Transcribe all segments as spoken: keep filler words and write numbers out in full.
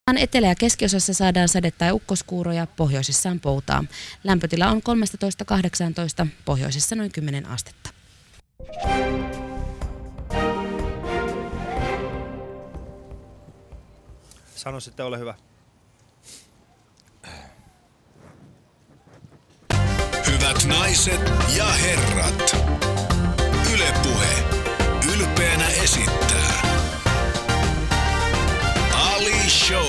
Etelä- ja keskiosassa saadaan sade- tai ukkoskuuroja, pohjoisessa on poutaa. Lämpötila on kolmetoista kahdeksantoista, pohjoisessa noin kymmenen astetta. Sano sitten, ole hyvä. Hyvät naiset ja herrat, Yle Puhe ylpeänä esittää Ali Show.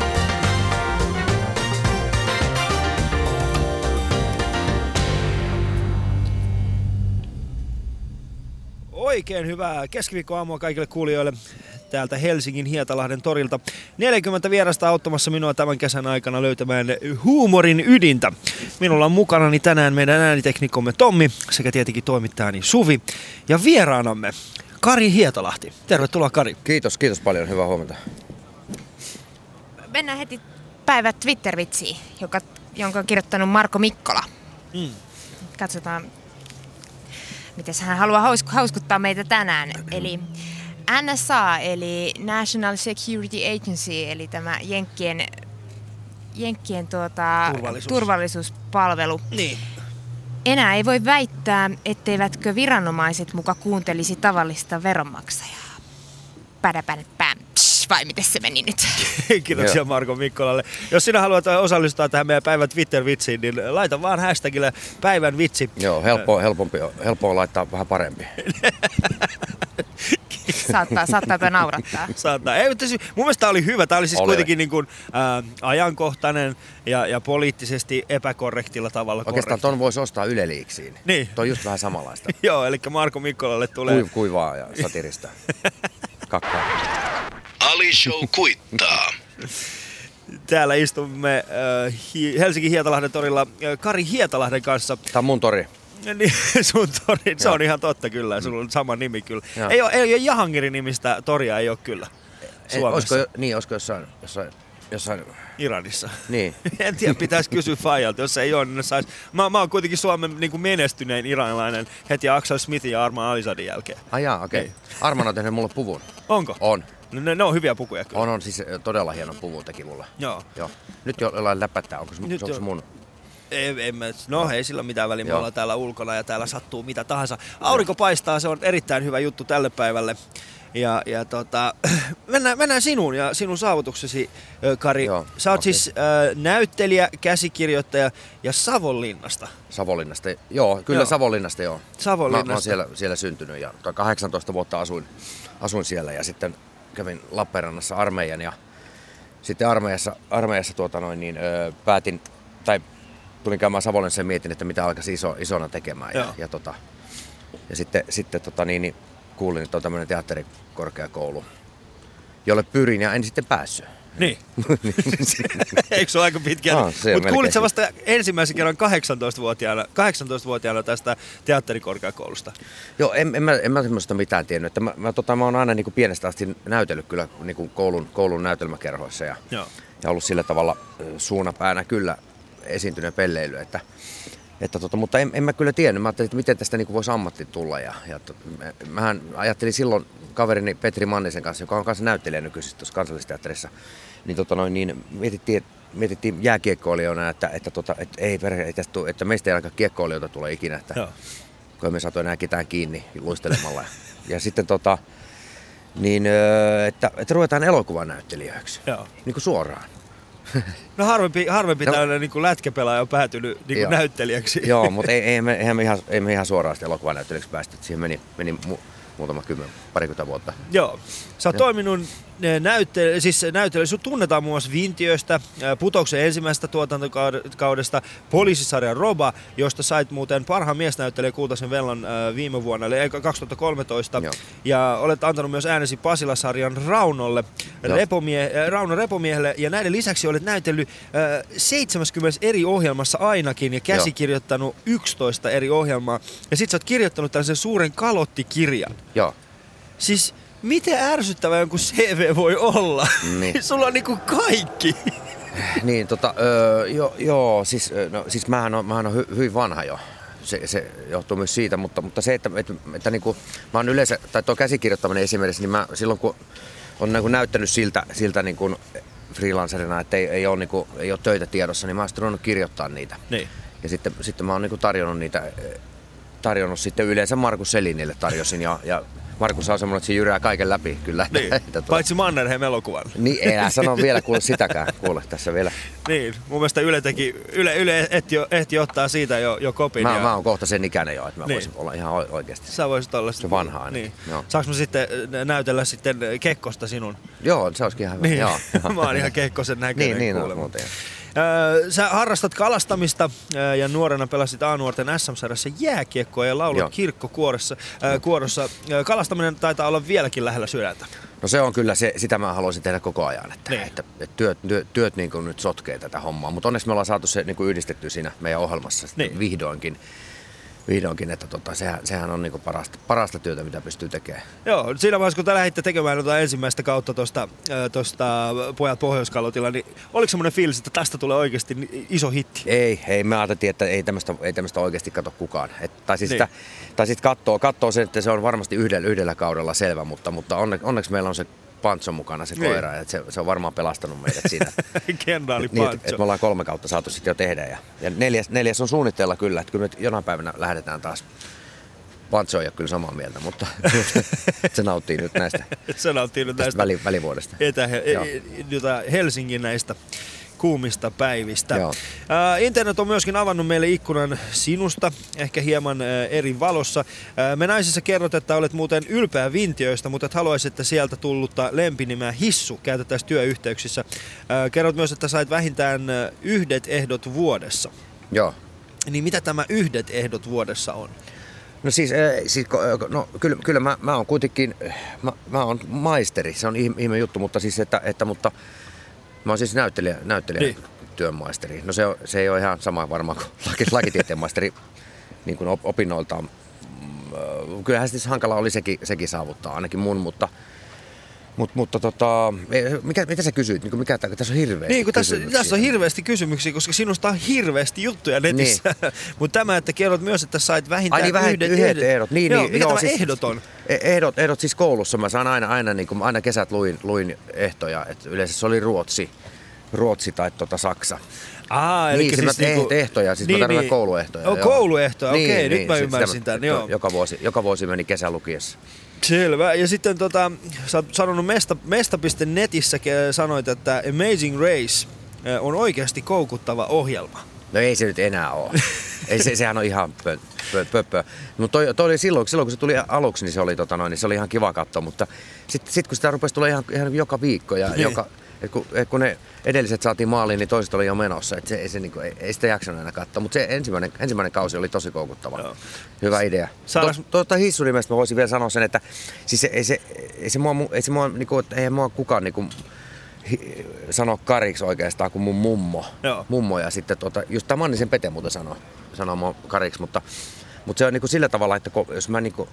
Oikein hyvää keskiviikkoaamua kaikille kuulijoille täältä Helsingin Hietalahden torilta. neljäkymmentä vierasta auttamassa minua tämän kesän aikana löytämään huumorin ydintä. Minulla on mukanani tänään meidän ääniteknikkomme Tommi sekä tietenkin toimittajani Suvi ja vieraanamme Kari Hietalahti. Tervetuloa, Kari. Kiitos, kiitos paljon. Hyvää huomenta. Mennään heti päivä Twitter-vitsiin, joka, jonka on kirjoittanut Marko Mikkola. Mm. Katsotaan, miten hän haluaa haus- hauskuttaa meitä tänään. Eli N S A, eli National Security Agency, eli tämä Jenkkien, Jenkkien tuota, Turvallisuus. turvallisuuspalvelu. Niin. Enää ei voi väittää, etteivätkö viranomaiset muka kuuntelisi tavallista veronmaksajaa. Pädäpädäpäm. Vai miten se meni nyt? Kiitoksia Marko Mikkolalle. Jos sinä haluat osallistua tähän meidän päivän Twitter-vitsiin, niin laita vaan hashtagille päivän vitsi. Joo, helppo, helpompi, helppo on laittaa vähän parempi. Saattaa, saattaa jopa naurattaa. Saattaa. Ei, mutta siis, mun mielestä tämä oli hyvä. Tämä oli siis oli. kuitenkin niin kuin, ää, ajankohtainen ja, ja poliittisesti epäkorrektilla tavalla Oikeastaan ton voisi ostaa Yle Liiksiin. Niin. Toi on just vähän samanlaista. Joo, eli Marko Mikkolalle tulee... Kuiv, kuivaa ja satirista. Kakkaa. Ali Show kuittaa. Täällä istumme äh, Hi- Helsingin Hietalahden torilla äh, Kari Hietalahden kanssa. Tää on mun tori. Niin, sun tori, se Joo. on ihan totta kyllä, sulla on sama nimi kyllä. Joo. Ei ole, ei ole Jahangirin nimistä toria, ei ole kyllä Ei, Suomessa. olisiko, niin, olisiko jossain, jossain, jossain... Iranissa. Niin. En tiedä, pitäisi kysyä Fajalta, jos ei ole, niin ne sais... Mä, mä oon kuitenkin Suomen niin kuin menestynein iranilainen heti Axel Smithin ja Arman Alizadin jälkeen. Ai jaa, okei. Okay. Arman on tehnyt mulle puvun. Onko? On. No, ne, ne on hyviä pukuja kyllä. On, on siis todella hieno puvun teki mulle. Joo. Joo. Nyt jo jollain läpättää, onko se, Nyt onko jo. se mun? Ei, ei, mä- no ei sillä mitään väliä, me Joo. ollaan täällä ulkona ja täällä sattuu mitä tahansa. Aurinko paistaa, se on erittäin hyvä juttu tälle päivälle. Ja, ja tota, mennään, mennään sinuun ja sinun saavutuksesi, ö, Kari. Joo, Sä oot okei. siis äh, näyttelijä, käsikirjoittaja ja Savonlinnasta. Savonlinnasta. Joo, kyllä Joo. Savonlinnasta joo. Savonlinnasta. Mä, mä oon siellä, siellä syntynyt ja kahdeksantoista vuotta asuin, asuin siellä ja sitten kävin Lappeenrannassa armeijan ja sitten armeijassa, armeijassa tuota noin, niin, ö, päätin, tai tulin käymään Savonlinnassa ja mietin, että mitä alkaisi iso, isona tekemään. Ja, Joo. ja, tota, ja sitten, sitten tota, niin, niin, kuulin, että on tämmöinen teatterikorkeakoulu, jolle pyrin ja en sitten päässyt. Niin. Eikö se ole aika pitkä? Ah, se on Mutta kuulit sä melkein. vasta ensimmäisen kerran kahdeksantoistavuotiaana, kahdeksantoistavuotiaana tästä teatterikorkeakoulusta? Joo, en, en, mä, en mä semmoista mitään tiennyt. Että mä, mä, tota, mä oon aina niin kuin pienestä asti näytellyt kyllä niin kuin koulun, koulun näytelmäkerhoissa ja, Joo. ja ollut sillä tavalla ö, suunapäänä kyllä esiintyneen pelleily. Että, että tota, mutta en, en mä kyllä tiennyt. Mä ajattelin, että miten tästä niin kuin voisi ammatti tulla. Ja, ja tot, mä, mähän ajattelin silloin kaverini Petri Mannisen kanssa, joka on kanssa näyttelijä nykyisin tuossa Kansallisteatterissa, niin, tota noin, niin mietittiin, mietittiin jääkiekkoilijoina, että, että, tota, että, ei, perhe, ei tästä tule, että meistä ei ainakaan kiekkoilijoita tule ikinä. Että, Joo. kun emme saatu enää ketään kiinni luistelemalla. Ja sitten tota, niin, öö, että, että ruvetaan elokuvanäyttelijöiksi. Joo. Niin kuin suoraan. No harvempi, harvempi No. tällainen niin kuin lätkäpelaaja on päätynyt niin kuin Joo. näyttelijäksi. Joo, mutta ei, ei, me, eihän me ihan, ei me ihan suoraan sitten elokuvanäyttelijöiksi päästy. Siihen meni, meni mu, muutama kymmen, parikymmentä vuotta. Joo. Sä oot toiminut näyttelijä, siis näyttelijä, sut tunnetaan muun muassa Vintiöstä, Putouksen ensimmäisestä tuotantokaudesta, Poliisisarjan Roba, josta sait muuten parhaan miesnäyttelijän kultaisen vellan äh, viime vuonna, eli kaksituhattakolmetoista. Joo. Ja olet antanut myös äänesi Pasila-sarjan Raunolle, Joo. Repomie, äh, Rauno Repomiehelle, ja näiden lisäksi olet näytellyt äh, seitsemänkymmentä eri ohjelmassa ainakin, ja käsikirjoittanut yksitoista eri ohjelmaa. Ja sit sä oot kirjoittanut tällaisen suuren kalottikirjan. Joo. Siis miten ärsyttävä jonkun C V voi olla? Niin. Sulla on niinku kaikki. Niin, tota, öö, joo, joo, siis, no, siis mähän on, mähän on hy, hyvin vanha jo. Se, se johtuu myös siitä, mutta, mutta se, että, että, että niin kuin, mä oon yleensä, tai tuo käsikirjoittaminen esimerkiksi, niin mä silloin kun on niin kuin näyttänyt siltä, siltä niin kuin freelancerina, että ei, ei, ole, niin kuin, ei ole töitä tiedossa, niin mä oon sitten ruvennut kirjoittaa niitä. Niin. Ja sitten, sitten mä oon niin kuin tarjonnut niitä, tarjonnut sitten yleensä Markus Selinille tarjosin ja, ja Markus on semmoinen, että se jyrää kaiken läpi kyllä. Niin. Paitsi Mannerheim elokuvan. Niin, enää sano vielä kuule sitäkään, kuule tässä vielä. Niin, mun mielestä Yle, teki, Yle, Yle ehti, ehti ottaa siitä jo, jo kopin. Mä, ja... mä oon kohta sen ikäinen jo, että mä niin. voisin olla ihan oikeasti. Sä voisit olla se vanha aina. Niin. Saanko mä sitten näytellä sitten Kekkosta sinun? Joo, se olisikin ihan hyvä. Niin. Joo, mä oon ihan Kekkosen näköinen. Niin, niin no, muuten. Sä harrastat kalastamista ja nuorena pelasit A-nuorten S M-sarjassa jääkiekkoa ja laulat kirkkokuorossa. Kuorossa. Kalastaminen taitaa olla vieläkin lähellä sydäntä. No se on kyllä, se, sitä mä haluaisin tehdä koko ajan, että, niin. että, että työt, työt, työt niin kuin nyt sotkee tätä hommaa, mutta onneksi me ollaan saatu se niin kuin yhdistetty siinä meidän ohjelmassa niin. vihdoinkin. Vihdoinkin, että tota, sehän, sehän on niinku parasta, parasta työtä, mitä pystyy tekemään. Joo, siinä vaiheessa kun te lähditte tekemään tota ensimmäistä kautta tuosta Pojat Pohjoiskalotilla, niin oliko semmoinen fiilis, että tästä tulee oikeasti iso hitti? Ei, ei me ajateltiin, että ei tämmöistä, ei tämmöistä oikeasti kato kukaan. Et, tai siis, niin. sitä, tai siis katsoo, katsoo sen, että se on varmasti yhdellä, yhdellä kaudella selvä, mutta, mutta onne, onneksi meillä on se Pantso mukana, se niin. koira, että se, se on varmaan pelastanut meidät siinä. Kenraali niin, Pantso. että, että me ollaan kolme kautta saatu sitten jo tehdä. Ja, ja neljäs, neljäs on suunnitteilla kyllä, että kyllä me jonain päivänä lähdetään taas. Pantso ei ole kyllä samaa mieltä, mutta se nauttii nyt näistä, se nauttii nyt näistä väli, välivuodesta. Etä, jota Helsingin näistä kuumista päivistä. Joo. Internet on myöskin avannut meille ikkunan sinusta, ehkä hieman eri valossa. Me naisissa kerrot, että olet muuten ylpeä Vintiöistä, mutta et haluaisit, että sieltä tullutta lempinimeä Hissu käytettäisiin työyhteyksissä. Kerrot myös, että sait vähintään yhdet ehdot vuodessa. Joo. Niin mitä tämä yhdet ehdot vuodessa on? No siis, siis no, kyllä, kyllä mä, mä oon kuitenkin, mä, mä oon maisteri, se on ihme juttu, mutta siis, että, että mutta mä oon siis näyttelijä, näyttelijä niin. työnmaisteri. No se, on, se ei ole ihan sama varmaan kuin laki, lakitieteen maisteri niin kuin opinnoiltaan. Kyllähän siis hankala oli sekin, sekin saavuttaa, ainakin mun, mutta Mut, mutta tota, mikä, mitä sä kysyit? Niin mikä, tässä on hirveästi niin, tässä, tässä on hirveästi kysymyksiä, koska sinusta on hirveästi juttuja netissä. Niin. Mutta tämä, että kerrot myös, että sait vähintään Ai, niin, yhdet, yhdet ehdot. Niin, joo, niin, mikä joo, tämä siis, ehdot on? Ehdot, ehdot siis koulussa. Mä saan aina, aina, niin kuin, aina kesät luin, luin ehtoja. Et yleensä se oli Ruotsi, Ruotsi tai tota Saksa. Aa, niin, siis siis niinku, ehtoja, siis niin, mä tarkoitan niin, kouluehtoja. Oh, kouluehtoja, okei, okay, niin, nyt niin, mä ymmärsin tämän. Joo. Joka, vuosi, joka vuosi meni kesän lukiessa. Selvä. Ja sitten tota, sä oot sanonut mesta, mesta piste netissä sanoit, että Amazing Race on oikeasti koukuttava ohjelma. No ei se nyt enää ole. ei, se, sehän on ihan pö, pö, pö, pö. Mutta toi, toi oli silloin, silloin, kun se tuli aluksi, niin se oli, tota noin, niin se oli ihan kiva katsoa. Mutta sitten sit, kun sitä rupesi tulla ihan, ihan joka viikko ja niin. joka... Et kun, et kun ne edelliset saatiin maaliin, niin toiset oli jo menossa. Et se, ei, se, niinku, ei, ei sitä jaksanut enää katsoa, mutta se ensimmäinen, ensimmäinen kausi oli tosi koukuttava. Joo. Hyvä idea. Tuosta to, to, hissunimestä mä voisin vielä sanoa sen, että siis ei se, ei se mua, ei se mua, niinku, ei mua kukaan niinku, hi, sano Kariksi oikeastaan kuin mun mummo. Joo. Mummo ja sitten tota, just tämä Mannisen Pete muuten sanoo, sanoo mua Kariksi, mutta, mutta se on niinku sillä tavalla, että jos mä niinku,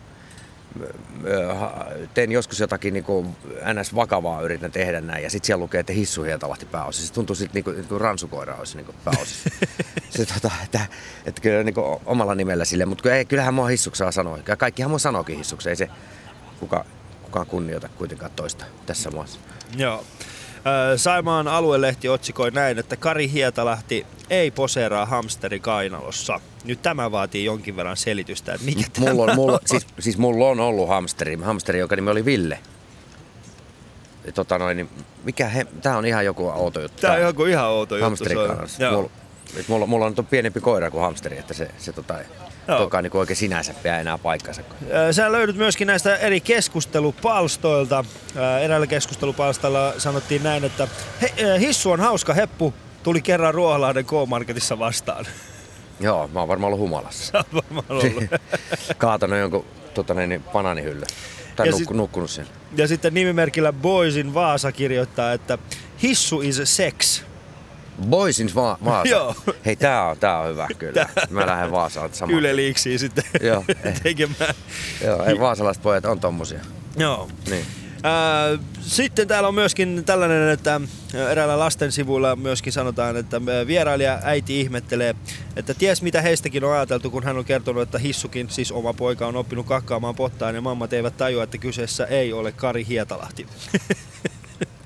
tein joskus jotakin niin kuin ns. Vakavaa, yritän tehdä näin, ja sitten siellä lukee, että Hissu Hietalahti pääosassa. Se tuntuu sitten niin kuin, kuin ransukoira olisi niin kuin pääosassa. se, tota, että, että kyllä niin kuin omalla nimellä sille, mutta kyllähän mua Hissuksi saa sanoa. Kaikkihan mua sanookin Hissuksi, ei se kuka, kukaan kunnioita kuitenkaan toista tässä maassa. Joo. Saimaan aluelehti otsikoi näin, että Kari Hietalahti ei poseeraa hamsteri kainalossa. Nyt tämä vaatii jonkin verran selitystä, että mikä tämä mulla on. Mulla, on. Siis, siis mulla on ollut hamsteri, hamsteri, joka nimi oli Ville. Tota noin, niin mikä he, tää on ihan joku outo juttu. Tää on joku ihan outo juttu. Hamsteri kainalossa. Mulla, mulla, mulla on pienempi koira kuin hamsteri, että se, se tota, tokaan niin oikein sinänsä pää enää paikkansa. Sä löydät myöskin näistä eri keskustelupalstoilta. Eräällä keskustelupalstalla sanottiin näin, että he, Hissu on hauska heppu, tuli kerran Ruoholahden K-Marketissa vastaan. Joo, mä oon varmaan ollut humalassa. Sä oot varmaan ollut. Kaatanut jonkun tota, niin, banaanihylly. Tai nukku, sit, nukkunut sen. Ja sitten nimimerkillä Boysin Vaasa kirjoittaa, että Hissu is sex. Boysin Va- Vaasa? Joo. Hei, tää on, tää on hyvä kyllä. Mä lähden Vaasaan samaan. Yle Liiksiin sitten Joo, tekemään. Joo, ei vaasalaiset pojat on tommosia. Joo. Niin. Sitten täällä on myöskin tällainen, että eräällä lasten sivuilla myöskin sanotaan, että vierailija äiti ihmettelee, että ties mitä heistäkin on ajateltu, kun hän on kertonut, että Hissukin, siis oma poika, on oppinut kakkaamaan pottaan ja mammat eivät tajua, että kyseessä ei ole Kari Hietalahti.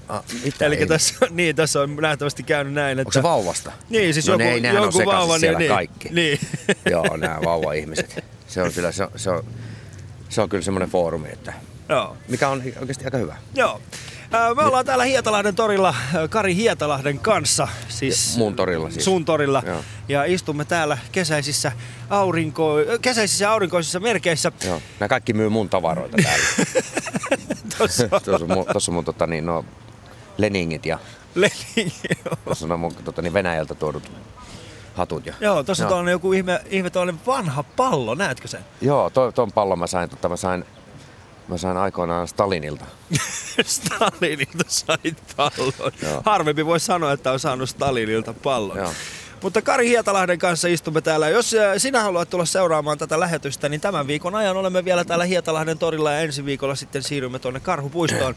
Ah, mitä? Eli Ei. tässä, niin, tässä on nähtävästi käynyt näin, että... Onko se vauvasta? Niin, siis no joku, ne ei, nehän joku on vauva, niin, siellä niin, kaikki. Niin. Joo, nämä vauva-ihmiset. Se on kyllä, se on, se on, se on kyllä semmoinen foorumi, että Joo. mikä on oikeasti aika hyvä. Joo. Me ollaan täällä Hietalahden torilla Kari Hietalahden kanssa, siis Mun torilla siis. sun torilla, Joo. ja istumme täällä kesäisissä, aurinko, kesäisissä aurinkoisissa merkeissä. Joo, nämä kaikki myy mun tavaroita täällä. Tuossa Tuossa on mun, tossa on mun tota, niin, no, Leningit ja Lenin, tuossa on mun tota, niin Venäjältä tuodut hatut. Ja, Joo, tuossa Joo. on tuollainen joku ihme, ihme tuollainen vanha pallo, näetkö sen? Joo, to, ton pallon mä sain, tota, mä sain, mä sain aikoinaan Stalinilta. Stalinilta sait pallon. Joo. Harvempi voi sanoa, että on saanut Stalinilta pallon. Joo. Mutta Kari Hietalahden kanssa istumme täällä. Jos äh, sinä haluat tulla seuraamaan tätä lähetystä, niin tämän viikon ajan olemme vielä täällä Hietalahden torilla ja ensi viikolla sitten siirrymme tuonne Karhupuistoon.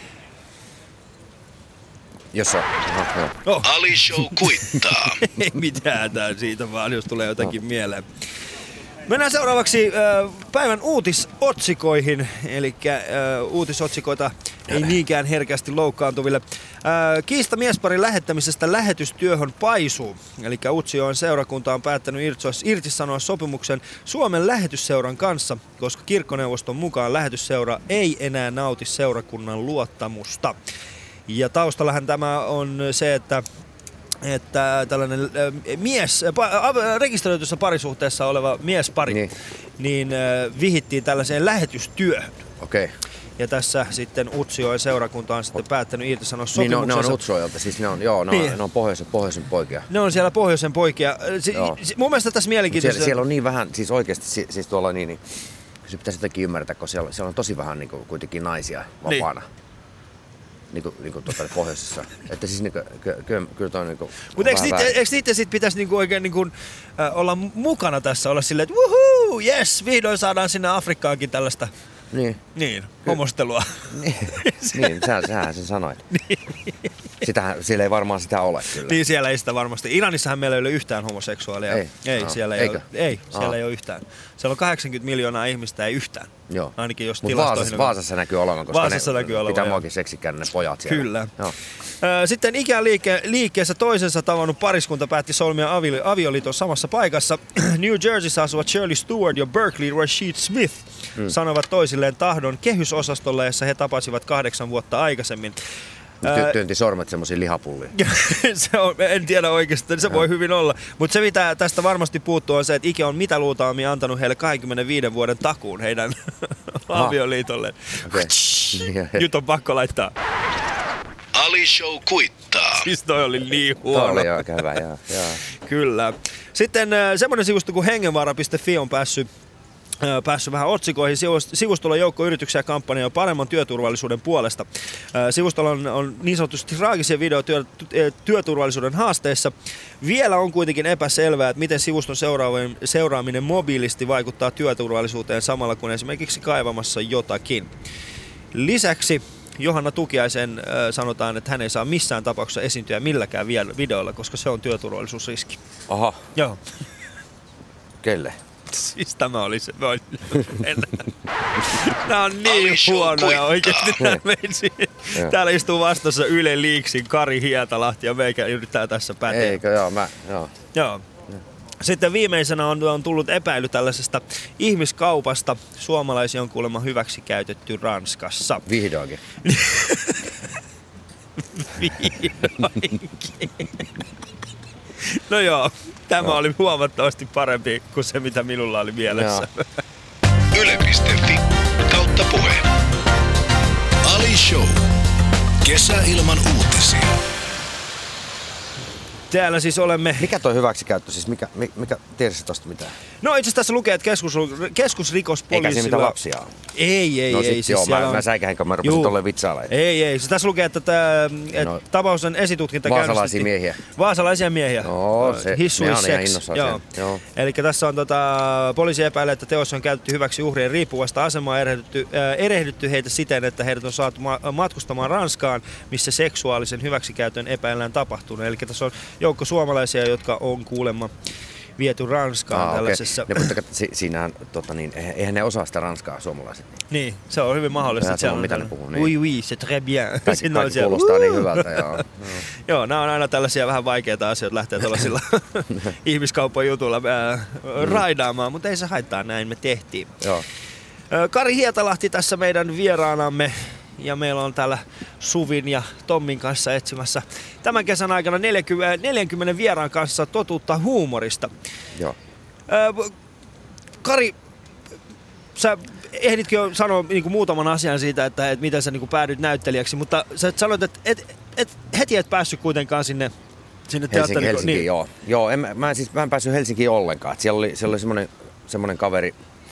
Jos on, aha, joo. Oh. Ali Show kuittaa. Ei mitään tää siitä vaan, jos tulee jotakin no. mieleen. Mennään seuraavaksi äh, päivän uutisotsikoihin, eli äh, uutisotsikoita ei niinkään herkästi loukkaantuville. Äh, kiista miesparin lähettämisestä lähetystyöhön paisuu, eli Utsjoen seurakunta on päättänyt irtisanoa sopimuksen Suomen lähetysseuran kanssa, koska kirkkoneuvoston mukaan lähetysseura ei enää nauti seurakunnan luottamusta. Ja taustallahan tämä on se, että että tällainen äh, mies, äh, rekisteröityssä parisuhteessa oleva miespari, niin, niin äh, vihittiin tällaiseen lähetystyöhön. Okei. Okay. Ja tässä sitten Utsjoen seurakunta on sitten päättänyt irtisanoa sopimuksensa. Niin ne on, ne on Utsjoelta, siis ne on, joo, ne on, niin. ne on pohjoisen, pohjoisen poikia. Ne on siellä pohjoisen poikia. Si, si, mun mielestä tässä mielenkiintoista. Siellä, siellä on niin vähän, siis oikeasti, siis tuolla niin, niin se pitäisi jotenkin ymmärtää, kun siellä, siellä on tosi vähän niin kuin, kuitenkin naisia vapaana. Niin. Niinku, niinku tuota, pohjoisessa. Että siis niinku, ky, ky, kyllä toi niinku... Mutta eikö niitä, eikö niitä sit pitäisi niinku oikein niinku, äh, olla mukana tässä, olla silleen, että wuhuu, yes, vihdoin saadaan sinne Afrikkaankin tällaista niin, niin homostelua. Niin, niin sähän, sähän sen sanoit. Niin. Sitähän, siellä ei varmaan sitä ole kyllä. Niin, siellä ei sitä varmasti. Iranissahan meillä ei ole yhtään homoseksuaalia. Ei, ei no. siellä ei ole, ei, siellä Aa. ei ole yhtään. Siellä on kahdeksankymmentä miljoonaa ihmistä, ei yhtään. Joo. Ainakin jos Mut tilastoihin... Vaasassa, Vaasassa näkyy olevan, koska Vaasassa ne näkyy olevan, pitää joo. muakin seksikkään ne pojat siellä. Kyllä. Joo. Sitten Ikean liike, liikkeessä toisensa tavannut pariskunta päätti solmia avi, avioliiton samassa paikassa. New Jerseyssä asuvat Shirley Stewart ja Berkeley Rashid Smith hmm. sanovat toisilleen tahdon kehysosastolla, jossa he tapasivat kahdeksan vuotta aikaisemmin. Ty- työnti sormet semmoisiin lihapulliin. Se on, en tiedä oikeastaan, se voi hyvin olla. Mutta se mitä tästä varmasti puuttuu on se, että Ike on mitä luultavammin antanut heille kaksikymmentäviisi vuoden takuun heidän avioliitolleen. Okay. Nyt on pakko laittaa. Ali Show kuittaa. Siis toi oli niin huono. Toi oli aika hyvä, joo. joo. Kyllä. Sitten semmoinen sivusto kuin hengenvaara piste fi on päässyt päässyt vähän otsikoihin. Sivustolla on joukko yrityksiä kampanjaa paremman työturvallisuuden puolesta. Sivustolla on, on niin sanotusti traagisia videoita työ, työturvallisuuden haasteissa. Vielä on kuitenkin epäselvää, että miten sivuston seuraaminen mobiilisti vaikuttaa työturvallisuuteen samalla kun esimerkiksi kaivamassa jotakin. Lisäksi Johanna Tukiaisen äh, sanotaan, että hän ei saa missään tapauksessa esiintyä milläkään videolla, koska se on työturvallisuusriski. Aha. Joo. Kelle? Siis tämä oli se. Nämä on niin huonoja oikeasti. Täällä istuu vastassa Yle Liiksin Kari Hietalahti ja meikä yrittää tässä päteä. Eikö, joo, mä, joo. Joo. Sitten viimeisenä on, on tullut epäily tällaisesta ihmiskaupasta. Suomalaisia on kuulemma hyväksi käytetty Ranskassa. Vihdoinkin. Vihdoinkin. No joo, tämä no. oli huomattavasti parempi kuin se, mitä minulla oli mielessä. Yle piste fi kautta puhe. Ali Show. Kesä ilman uutisia. Täällä siis olemme... Mikä toi hyväksikäyttö? Siis mikä, mikä tiedätkö tosta mitään? No itse asiassa tässä lukee, että keskus, keskusrikospoliisilla... Eikä se mitä lapsia on? Ei, ei, no, ei. Sit siis joo, mä, on... mä säikähänkö, mä rupesin tolleen vitsailla. Ei, ei. Siis tässä lukee, että tämä no, tapaus on esitutkinta vaasalaisia miehiä. Vaasalaisia miehiä. No, se, Hissu ne is on ihan sex. innossaan Joo. Joo. Eli tässä on tota, poliisi epäilee, että teossa on käytetty hyväksi uhrien riippuvasta asemaa, erehdytty, äh, erehdytty heitä siten, että heidät on saatu ma- matkustamaan Ranskaan, missä seksuaalisen hyväksikäytön epäillään tapahtunut. Eli tässä on joukko suomalaisia, jotka on kuulemma viety Ranskaan Aa, tällaisessa. Okay. Ne, mutta si, siinähän, tota niin, eihän ne osaa sitä ranskaa suomalaiset. Niin, se on hyvin mahdollista. Että on, mitä ne puhuu. Niin. Oui, oui, c'est très bien. Kaikki, kaikki kuulostaa niin hyvältä. Joo. Joo, nämä on aina tällaisia vähän vaikeita asioita lähteä tällaisilla ihmiskaupan jutuilla äh, raidaamaan, mutta ei se haittaa, näin me tehtiin. Joo. Kari Hietalahti tässä meidän vieraanamme ja meillä on täällä Suvin ja Tommin kanssa etsimässä tämän kesän aikana neljäkymmentä, neljäkymmentä vieraan kanssa totuutta huumorista. Joo. Kari, sä ehditkö jo sanoa niin kuin muutaman asian siitä, että, että miten sä niin kuin päädyit näyttelijäksi, mutta sä sanoit, että et, et, heti et päässyt kuitenkaan sinne, sinne Helsinki, Helsinkiin, niin. joo. joo en, mä, en siis, mä en päässyt Helsinkiin ollenkaan. Et siellä oli, siellä oli semmoinen, semmoinen kaveri,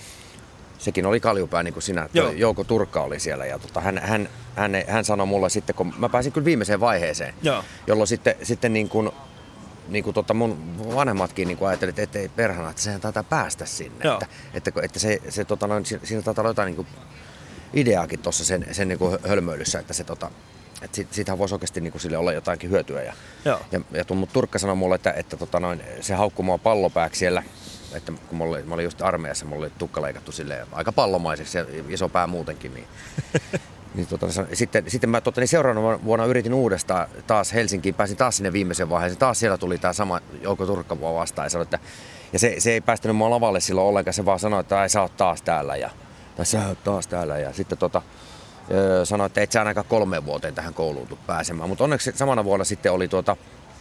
sekin oli kaljupää niin kuin sinä, Jouko Turkka oli siellä. Ja tota, hän, hän, hän, hän sanoi mulle sitten, kun mä pääsin kyllä viimeiseen vaiheeseen, joo. jolloin sitten, sitten niin kuin, niin kuin tota mun vanhemmatkin niin kuin ajattelivat, että ei perhana, että sehän taitaa päästä sinne. Että, että, että se, se, tota noin, siinä taitaa olla jotain niin kuin ideaakin tuossa sen, sen niin kuin hölmöilyssä, että se tota, että sit, siitähän voisi oikeasti niin kuin sille olla jotainkin hyötyä. Ja, ja, ja tuon Turkka sanoi mulle, että, että tota noin, se haukkui mua pallopääksi siellä, että kun mä olin, mä olin just armeijassa, mulla oli tukka leikattu silleen aika pallomaiseksi ja iso pää muutenkin. Niin, niin tota, sitten, sitten mä tota, niin seuraavana vuonna yritin uudestaan taas Helsinkiin, pääsin taas sinne viimeiseen vaiheeseen. Taas siellä tuli tämä sama Jouko Turkka mua vastaan ja sanoi, että ja se, se ei päästänyt mua lavalle silloin ollenkaan, se vaan sanoi, että ai sä oot taas täällä ja tai sä oot taas täällä ja sitten tota, sanoi, että et sä ainakaan kolmeen vuoteen tähän kouluun tuu pääsemään. Mutta onneksi samana vuonna sitten oli, tuota,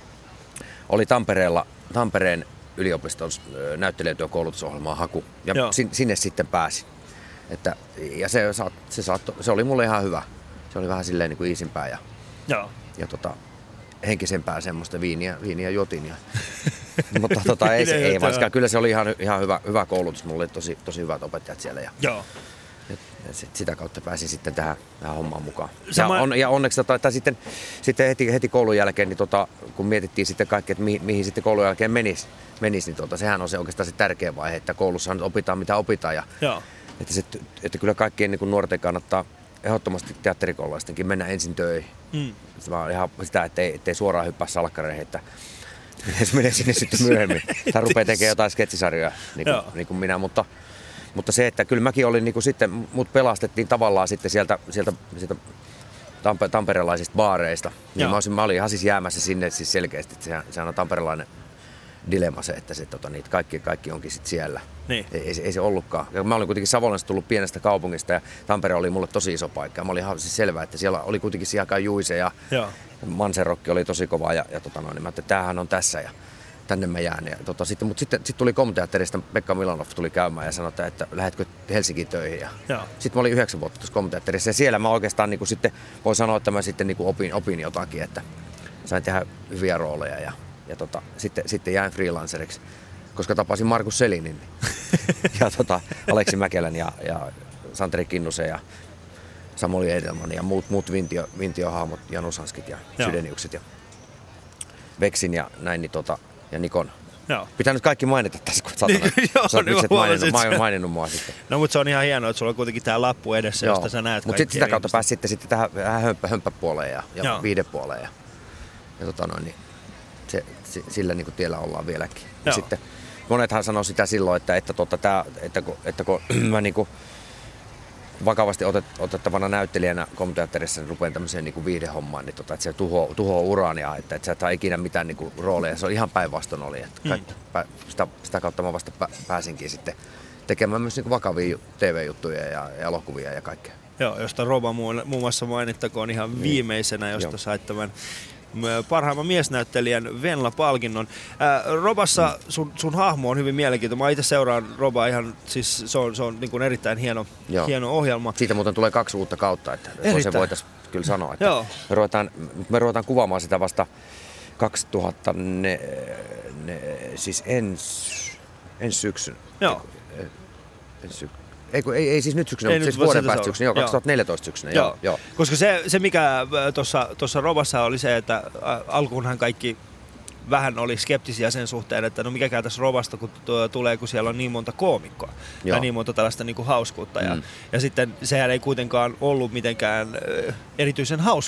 oli Tampereella, Tampereen yliopiston näyttelijätyökoulutusohjelmaan haku ja sin, sinne sitten pääsin. Että, ja se, se, saatto, se oli mulle ihan hyvä. Se oli vähän silleen niin kuin iisimpää ja, Joo. ja tota, henkisempää semmoista viiniä, viiniä jotin. Ja, mutta tota, ei, se, ei vaikka kyllä se oli ihan, ihan hyvä, hyvä koulutus. Mulla oli tosi, tosi hyvät opettajat siellä. Ja, Joo. Ja sitä kautta pääsin sitten tähän, tähän hommaan mukaan. Ja, on, ja onneksi tota, että sitten, sitten heti, heti koulun jälkeen, niin tota, kun mietittiin sitten kaikki, että mihin, mihin sitten koulun jälkeen menisi, menisi niin tota, sehän on se oikeastaan se tärkeä vaihe, että koulussahan opitaan mitä opitaan. Ja, että, se, että kyllä kaikkien niin kuin nuorten kannattaa ehdottomasti teatterikoululaistenkin mennä ensin töihin. Mm. Ihan sitä, ettei, ettei suoraan hyppää salkkareihin, että menee sinne sitten myöhemmin. Tai rupeaa tekemään jotain sketsisarjoja, niin kuin, niin kuin minä, mutta Mutta se, että kyllä mäkin olin niin kuin sitten, mut pelastettiin tavallaan sitten sieltä, sieltä, sieltä tampe, tamperelaisista baareista. Niin mä, olisin, mä olin ihan siis jäämässä sinne siis selkeästi, että sehän, sehän on tamperelainen dilemma se, että se, tota, niitä kaikki, kaikki onkin sitten siellä. Niin. Ei, ei, ei se ollutkaan. Ja mä olin kuitenkin Savonlinnasta tullut pienestä kaupungista ja Tampere oli mulle tosi iso paikka. Ja mä olin ihan siis selvää, että siellä oli kuitenkin siihen aikaan Juise ja Manserokki oli tosi kova ja, ja tota, no, niin mä ajattelin, että tämähän on tässä. Ja tänne mä jään. Ja, tota, sitten, mutta sitten, sitten tuli Komteatterista, Pekka Milanov tuli käymään ja sanoi, että lähdetkö Helsinkiin töihin. Ja sitten mä olin yhdeksän vuotta tuossa Komteatterissa ja siellä mä oikeastaan niin kuin, sitten, voi sanoa, että mä sitten niin kuin opin, opin jotakin, että sain tehdä hyviä rooleja ja, ja tota, sitten, sitten jäin freelanceriksi, koska tapasin Markus Selinin ja tota, Aleksi Mäkelän ja, ja Santeri Kinnusen ja Samuli Edelman ja muut, muut Vintio, Vintio-hahmot, Janus Hanskit ja Sydeniukset ja Veksin ja näin, niin tota, ja Nikon. Joo. Pitää nyt kaikki mainita tässä, kun sä oot nyt maininnut, maininnut, maininnut mua sitten. No mutta se on ihan hienoa, että sulla on kuitenkin tää lappu edessä, josta sä näet. Mutta sitten sitä kautta pääsi sitten, sitten tähän vähän hömppä, hömppäpuoleen ja, ja viidepuoleen. Ja, ja tota noin, niin se, sillä niin kuin tiellä ollaan vieläkin. Ja sitten monethan sanoo sitä silloin, että, että, tota, tää, että, kun, että kun mä niin kuin vakavasti otet, otettavana näyttelijänä Komteatterissa niin rupean tämmöiseen niin viihdehommaan, niin tota, että se tuhoaa, tuhoaa uran ja että, että sä et saa ikinä mitään niin kuin rooleja. Se on ihan päinvastoin oli. Että mm. pä, sitä, sitä kautta mä vasta pä, pääsinkin sitten tekemään myös niin vakavia T V-juttuja ja, ja elokuvia ja kaikkea. Joo, josta Roba muun, muun muassa mainittakoon ihan niin. viimeisenä, josta Joo. sait tämän parhaimman miesnäyttelijän Venla-palkinnon. Ää, Robassa sun, sun hahmo on hyvin mielenkiintoinen. Mä itse seuraan Robaa ihan, siis se on, se on niin kuin erittäin hieno, hieno ohjelma. Siitä muuten tulee kaksi uutta kautta, että se voitaisiin kyllä sanoa. Että me, ruvetaan, me ruvetaan kuvaamaan sitä vasta kaksituhatta, ne, ne, siis ensi ens syksyn. Joo. Ens syksyn. Ei, ei, ei siis nyt syksynä, ei mutta siis vuoden päästä syksynä, joo, kaksituhattaneljätoista syksynä. Joo. Joo, joo. Koska se, se mikä tuossa Robassa oli se, että alkuunhan kaikki vähän oli skeptisiä sen suhteen, että no mikäkään tässä Robasta kun tulee, kun siellä on niin monta koomikkoa ja niin monta tällaista niin kuin hauskuutta. Mm. Ja, ja sitten sehän ei kuitenkaan ollut mitenkään erityisen hauska.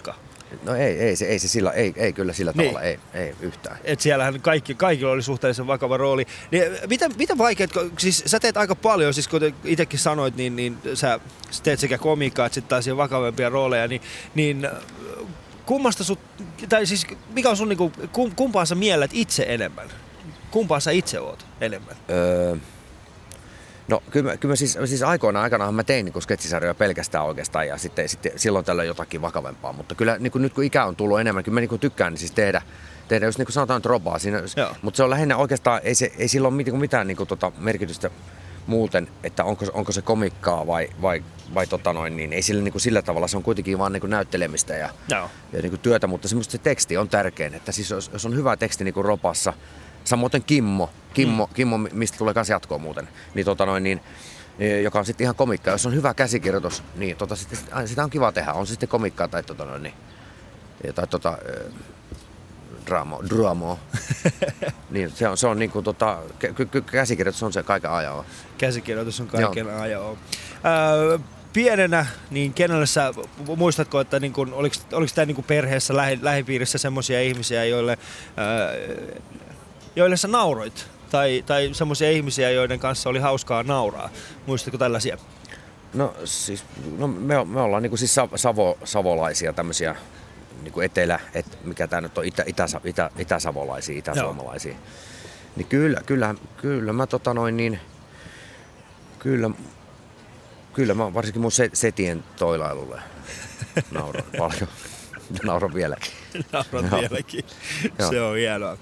No ei, ei, se, ei, se sillä, ei, ei kyllä sillä Niin. tavalla, ei, ei yhtään. Et siellähän kaikki, kaikilla oli suhteellisen vakava rooli. Niin, mitä, mitä vaikeat, siis sä teet aika paljon, siis kuten itsekin sanoit, niin, niin sä teet sekä komiikkaa että sitten taas vakavampia rooleja, niin, niin kummasta sut, tai siis mikä on sun niinku, kumpaa sä miellet itse enemmän? Kumpaa sä itse oot enemmän? Öö, no kyllä, mä- kyllä mä siis, siis aikoinaan aikanaanhan mä tein niin sketsisarjoja pelkästään oikeastaan ja sitten, sitten silloin tällöin jotakin vakavempaa, mutta kyllä niin kuin nyt kun ikä on tullut enemmän, kyllä mä niin kuin tykkään niin siis tehdä, tehdä jos niin kuin sanotaan dropaa siinä, Joo. mutta se on lähinnä oikeastaan, ei, se, ei sillä ole mitään, mitään niin kuin tota merkitystä muuten, että onko, onko se komikkaa vai, vai, vai tota noin, niin ei sillä, niin kuin sillä tavalla, se on kuitenkin vaan niin kuin näyttelemistä ja, Joo. ja niin kuin työtä, mutta semmoista se teksti on tärkein, että siis jos, jos on hyvä teksti niin kuin ropassa, samoin Kimmo, Kimmo, mm. Kimmo, mistä tulee kans jatkoa muuten, niin, tota noin, niin, joka on sitten ihan komikkaa. Jos on hyvä käsikirjoitus, niin tota, sit, sitä on kiva tehdä. On se sitten komikkaa tai, tota noin, niin, tai tota, äh, draamo, draamo. niin, se on, se on niinku, tota, kä- kä- käsikirjoitus on se kaiken ajan. Käsikirjoitus on kaiken ajan. Öö, pienenä, niin kenelle sä, muistatko, että niin kun, oliko, oliko tämä niin perheessä, lähi, lähipiirissä semmoisia ihmisiä, joille, öö, joille sä nauroit? Tai, tai semmoisia ihmisiä, joiden kanssa oli hauskaa nauraa? Muistatko tällaisia? No siis, no, me, me ollaan niinku siis savo, savolaisia tämmöisiä niinku etelä, et, mikä tää nyt on, itä, itä, itä, itäsavolaisia, itäsuomalaisia. Joo. Niin kyllä, kyllä, kyllä mä tota noin niin, kyllä, kyllä mä varsinkin mun setien toilailulle nauran paljon. Nauran vieläkin. Nauran Joo. vieläkin. Joo. Se on hienoa.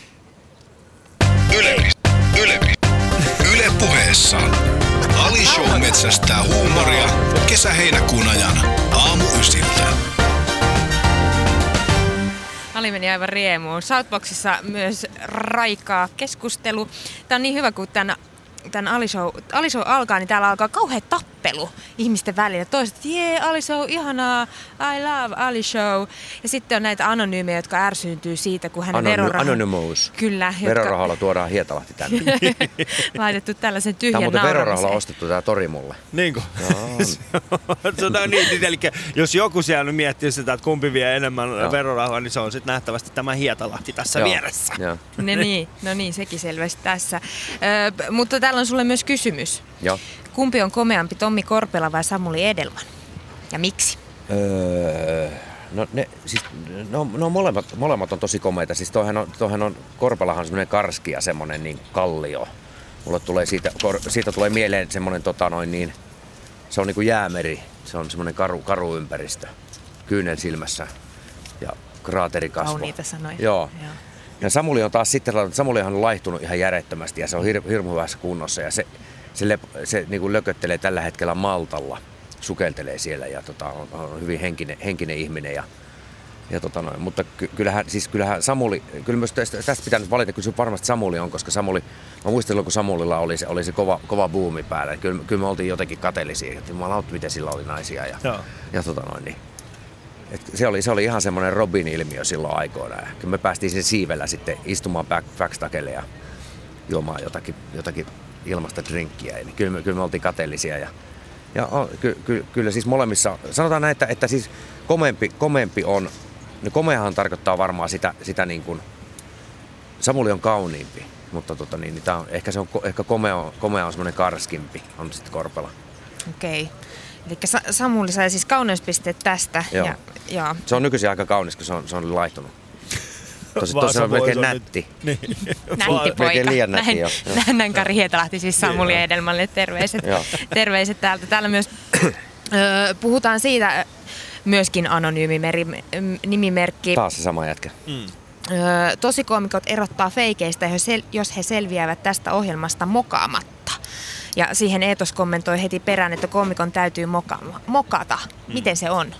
Yle, Yle, Yle Puheessa. Ali Show metsästää huumoria kesä-heinäkuun ajan aamu ysiltä. Ali meni aivan riemuun. Southboxissa myös raikaa keskustelu. Tämä on niin hyvä, kun tämän, tämän Ali Show, Ali Show alkaa, niin täällä alkaa kauhea tappelu ihmisten välillä. Toiset, jee, Ali Show, ihanaa, I love Ali Show. Ja sitten on näitä anonyymejä, jotka ärsyyntyy siitä, kun hänen Anony- veroraha... Anonymous. Kyllä. Jotka... Verorahalla tuodaan Hietalahti tänne. laitettu tällaisen Tämä tyhjän on muuten verorahalla nauramiseen. ostettu tää tori mulle. Niinko? se on niin, eli jos joku siellä nyt miettii sitä, että kumpi vie enemmän Joo. verorahaa, niin se on sitten nähtävästi tämä Hietalahti tässä Joo. vieressä. Joo. No niin, no niin, sekin selvästi tässä. Ö, mutta täällä on sulle myös kysymys. Joo. Kumpi on komeampi, Tommi Korpela vai Samuli Edelman? Ja miksi? Öö, no ne, siis, no, no molemmat, molemmat on tosi komeita. Siis toihan on, toihan on Korpelahan on semmoinen karski ja semmoinen niin kallio. Mulle tulee siitä, kor, siitä tulee mieleen semmoinen tota noin niin, se on niinku jäämeri. Se on semmoinen karu, karu ympäristö. Kyynel silmässä ja kraaterikasvo. Kauniita sanoja. Joo. Joo. Ja Samuli on taas sitten, Samulihan on laihtunut ihan järjettömästi ja se on hir, hirmu hyvässä kunnossa ja se, se, lep, se niin kuin lököttelee tällä hetkellä Maltalla, sukeltelee siellä ja tota, on, on hyvin henkinen, henkinen ihminen ja, ja tota noin. Mutta ky, kyllähän, siis kyllähän Samuli, kyllä myös tästä, tästä pitää nyt valita, kyllä se varmasti Samuli on, koska Samuli, mä muistelin, kun Samulilla oli se, oli se kova, kova buumi päällä, kyllä, kyllä me oltiin jotenkin kateellisia, että jumalauta, miten sillä oli naisia ja, Joo. ja tota noin, niin. Et se, oli, se oli ihan semmoinen Robin-ilmiö silloin aikoinaan. Me päästiin sen siivellä sitten istumaan backstakelle ja juomaan jotakin, jotakin ilmasta drinkkiä. Eli kyllä, me, kyllä me oltiin kateellisia. Ja, ja on, ky, ky, kyllä siis molemmissa, sanotaan näin, että, että siis komeampi, komeampi on, niin komeahan tarkoittaa varmaan sitä, sitä niin kuin, Samuli on kauniimpi, mutta tota niin, niin tää on, ehkä, se on, ehkä komea, komea on semmoinen karskimpi, on sitten Korpela. Okei. Okay. Eli Sa- Samuli sai siis kauneuspisteet tästä. Joo. Ja, ja, Se on nykyisin aika kaunis, kun se on, se on laihtunut. Tosi, Vaasa tosi on Boys melkein on nätti. Nyt, niin. nätti poika. melkein liian nätti, näin, joo. näin, näin Kari Hietalahti siis Samuli Joo. Edelmalle terveiset, Joo. terveiset täältä. Täällä myös ö, puhutaan siitä, myöskin anonyymi meri, nimimerkki. Taas se sama jätkä. Mm. Öö, tosikoomikot erottaa feikeistä, jos he- jos he selviävät tästä ohjelmasta mokaamatta. Ja siihen Eetos kommentoi heti perään, että koomikon täytyy moka- mokata. Mm. Miten se on?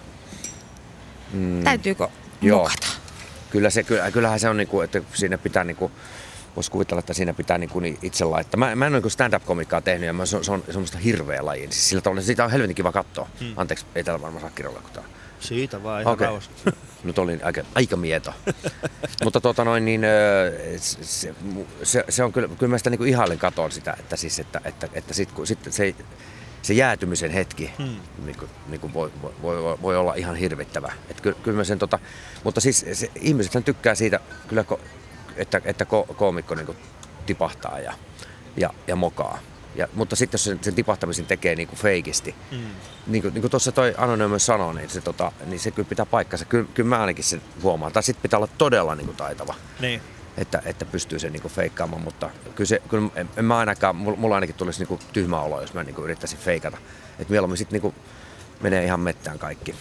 Mm. Täytyykö Joo. mokata? Kyllä se, kyllä, kyllähän se on, niinku, että siinä pitää, niinku, voisi kuvitella, että siinä pitää niinku itse laittaa. Mä, mä en ole niinku stand-up-komikkaa tehnyt ja mä, se, on, se on semmoista hirveä laji. Siis sillä tavalla, sitä on helvetin kiva katsoa. Mm. Anteeksi, ei täällä varmaan saa kirjoilla, kun tää on. Siitä vaan ihan Okei. rauhassa. Nyt oli aika, aika mieto. Mutta tota noin, niin, se, se, se on kyllä, kyllä mä sitä niinku ihailen katon sitä, että, siis, että, että, että sit, kun, sit, se, se jäätymisen hetki Hmm. niin kuin, niin kuin voi, voi, voi olla ihan hirvittävä. Et ky, kyllä mä sen, tota, mutta siis se, ihmisethän tykkää siitä, kyllä, että, että ko, koomikko niin kuin tipahtaa ja, ja, ja mokaa. Ja, mutta sitten jos sen, sen tipahtamisen tekee niin kuin feikisti, mm. niin kuin, niin kuin tuossa toi Anonymous sanoi, niin se, tota, niin se kyllä pitää paikkansa. Kyllä, kyllä mä ainakin sen huomaan. Tai sitten pitää olla todella niin kuin taitava, niin. että, että pystyy sen niin kuin feikkaamaan. Mutta kyllä, se, kyllä en, en mä ainakaan, mulla ainakin tulisi niin kuin tyhmä olo, jos mä niin kuin yrittäisin feikata. Että mieluummin sitten niin kuin menee ihan mettään kaikki.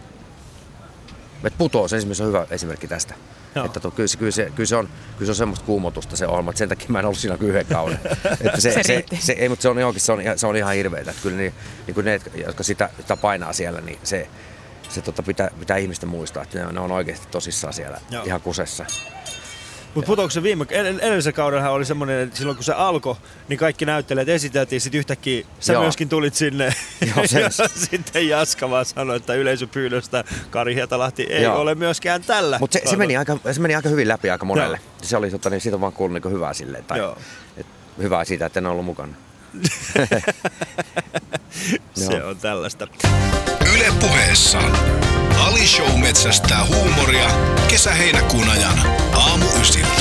Et Putous esimerkiksi on hyvä esimerkki tästä. Että to, kyllä, se, kyllä, se, kyllä, se on, kyllä se on semmoista kuumotusta se ohjelma, että sen takia mä en ollut siinä kuin yhden kauden. Että se, se, se, se, ei, mutta se on, johonkin, se on, se on ihan hirveetä. Että kyllä niin, niin kuin ne, jotka sitä, sitä painaa siellä, niin se, se tota pitää, pitää ihmisten muistaa, että ne, ne on oikeasti tosissaan siellä Joo. ihan kusessa. Mutta Putouksen viime, edellisen kaudenhan oli semmoinen, että silloin kun se alkoi, niin kaikki näyttelijät esiteltiin, sitten yhtäkkiä sä Joo. myöskin tulit sinne. Joo, ja sitten Jaska vaan sanoi, että yleisöpyynnöstä Kari Hietalahti ei Joo. ole myöskään tällä. Mutta se, se, meni aika, se meni aika hyvin läpi aika monelle. Joo. Se oli, tota, niin siitä on vaan kuullut niin hyvää silleen. Tai, et, hyvää siitä, että en ollut mukana. Se on tällaista. Yle Puheessa Ali Show metsästää huumoria kesä-heinäkuun ajan aamu ysiltä.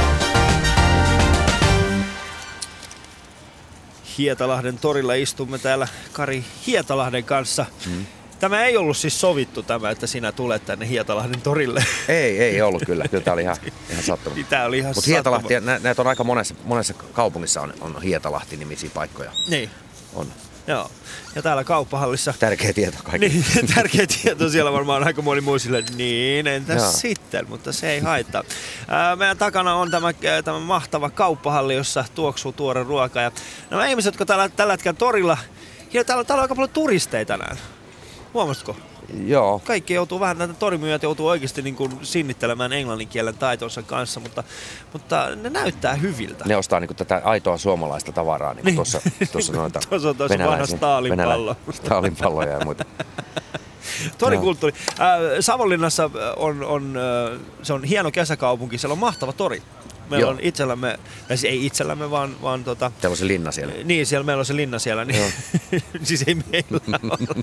Hietalahden torilla istumme täällä Kari Hietalahden kanssa. Hmm. Tämä ei ollut siis sovittu tämä, että sinä tulet tänne Hietalahden torille. Ei, ei ollut kyllä. Kyllä tämä oli ihan, ihan sattuma. Tämä oli ihan Mutta Hietalahti, nä, näitä on aika monessa, monessa kaupungissa on, on Hietalahti-nimisiä paikkoja. Niin. On. Joo. Ja täällä kauppahallissa... Tärkeä tieto kaikki. Niin, tärkeä tieto. Siellä varmaan aika moni muu sille, niin entäs Joo. sitten, mutta se ei haittaa. Ää, meidän takana on tämä, tämä mahtava kauppahalli, jossa tuoksuu tuore ruoka. Ja nämä ihmiset, jotka täällä, tällä hetkellä torilla... Ja täällä, täällä on aika paljon turisteja tänään. Huomasitko? Joo. Kaikki joutuu vähän, näitä torimyyjät joutuu oikeasti niin kuin sinnittelemään englannin kielen taitonsa kanssa, mutta, mutta ne näyttää hyviltä. Ne ostaa niin kuin tätä aitoa suomalaista tavaraa, niin kuin tuossa, tuossa noita tuossa on tuossa vanha Stalin-pallo. Stalin-palloja ja muita. Torikulttuuri. Äh, Savonlinnassa on, on, äh, se on hieno kesäkaupunki, siellä on mahtava tori. Meillä Joo. on itsellämme, siis ei itsellämme, vaan... vaan tota, Teillä on se linna siellä. Niin, siellä, meillä on se linna siellä. Niin, siis ei meillä ole.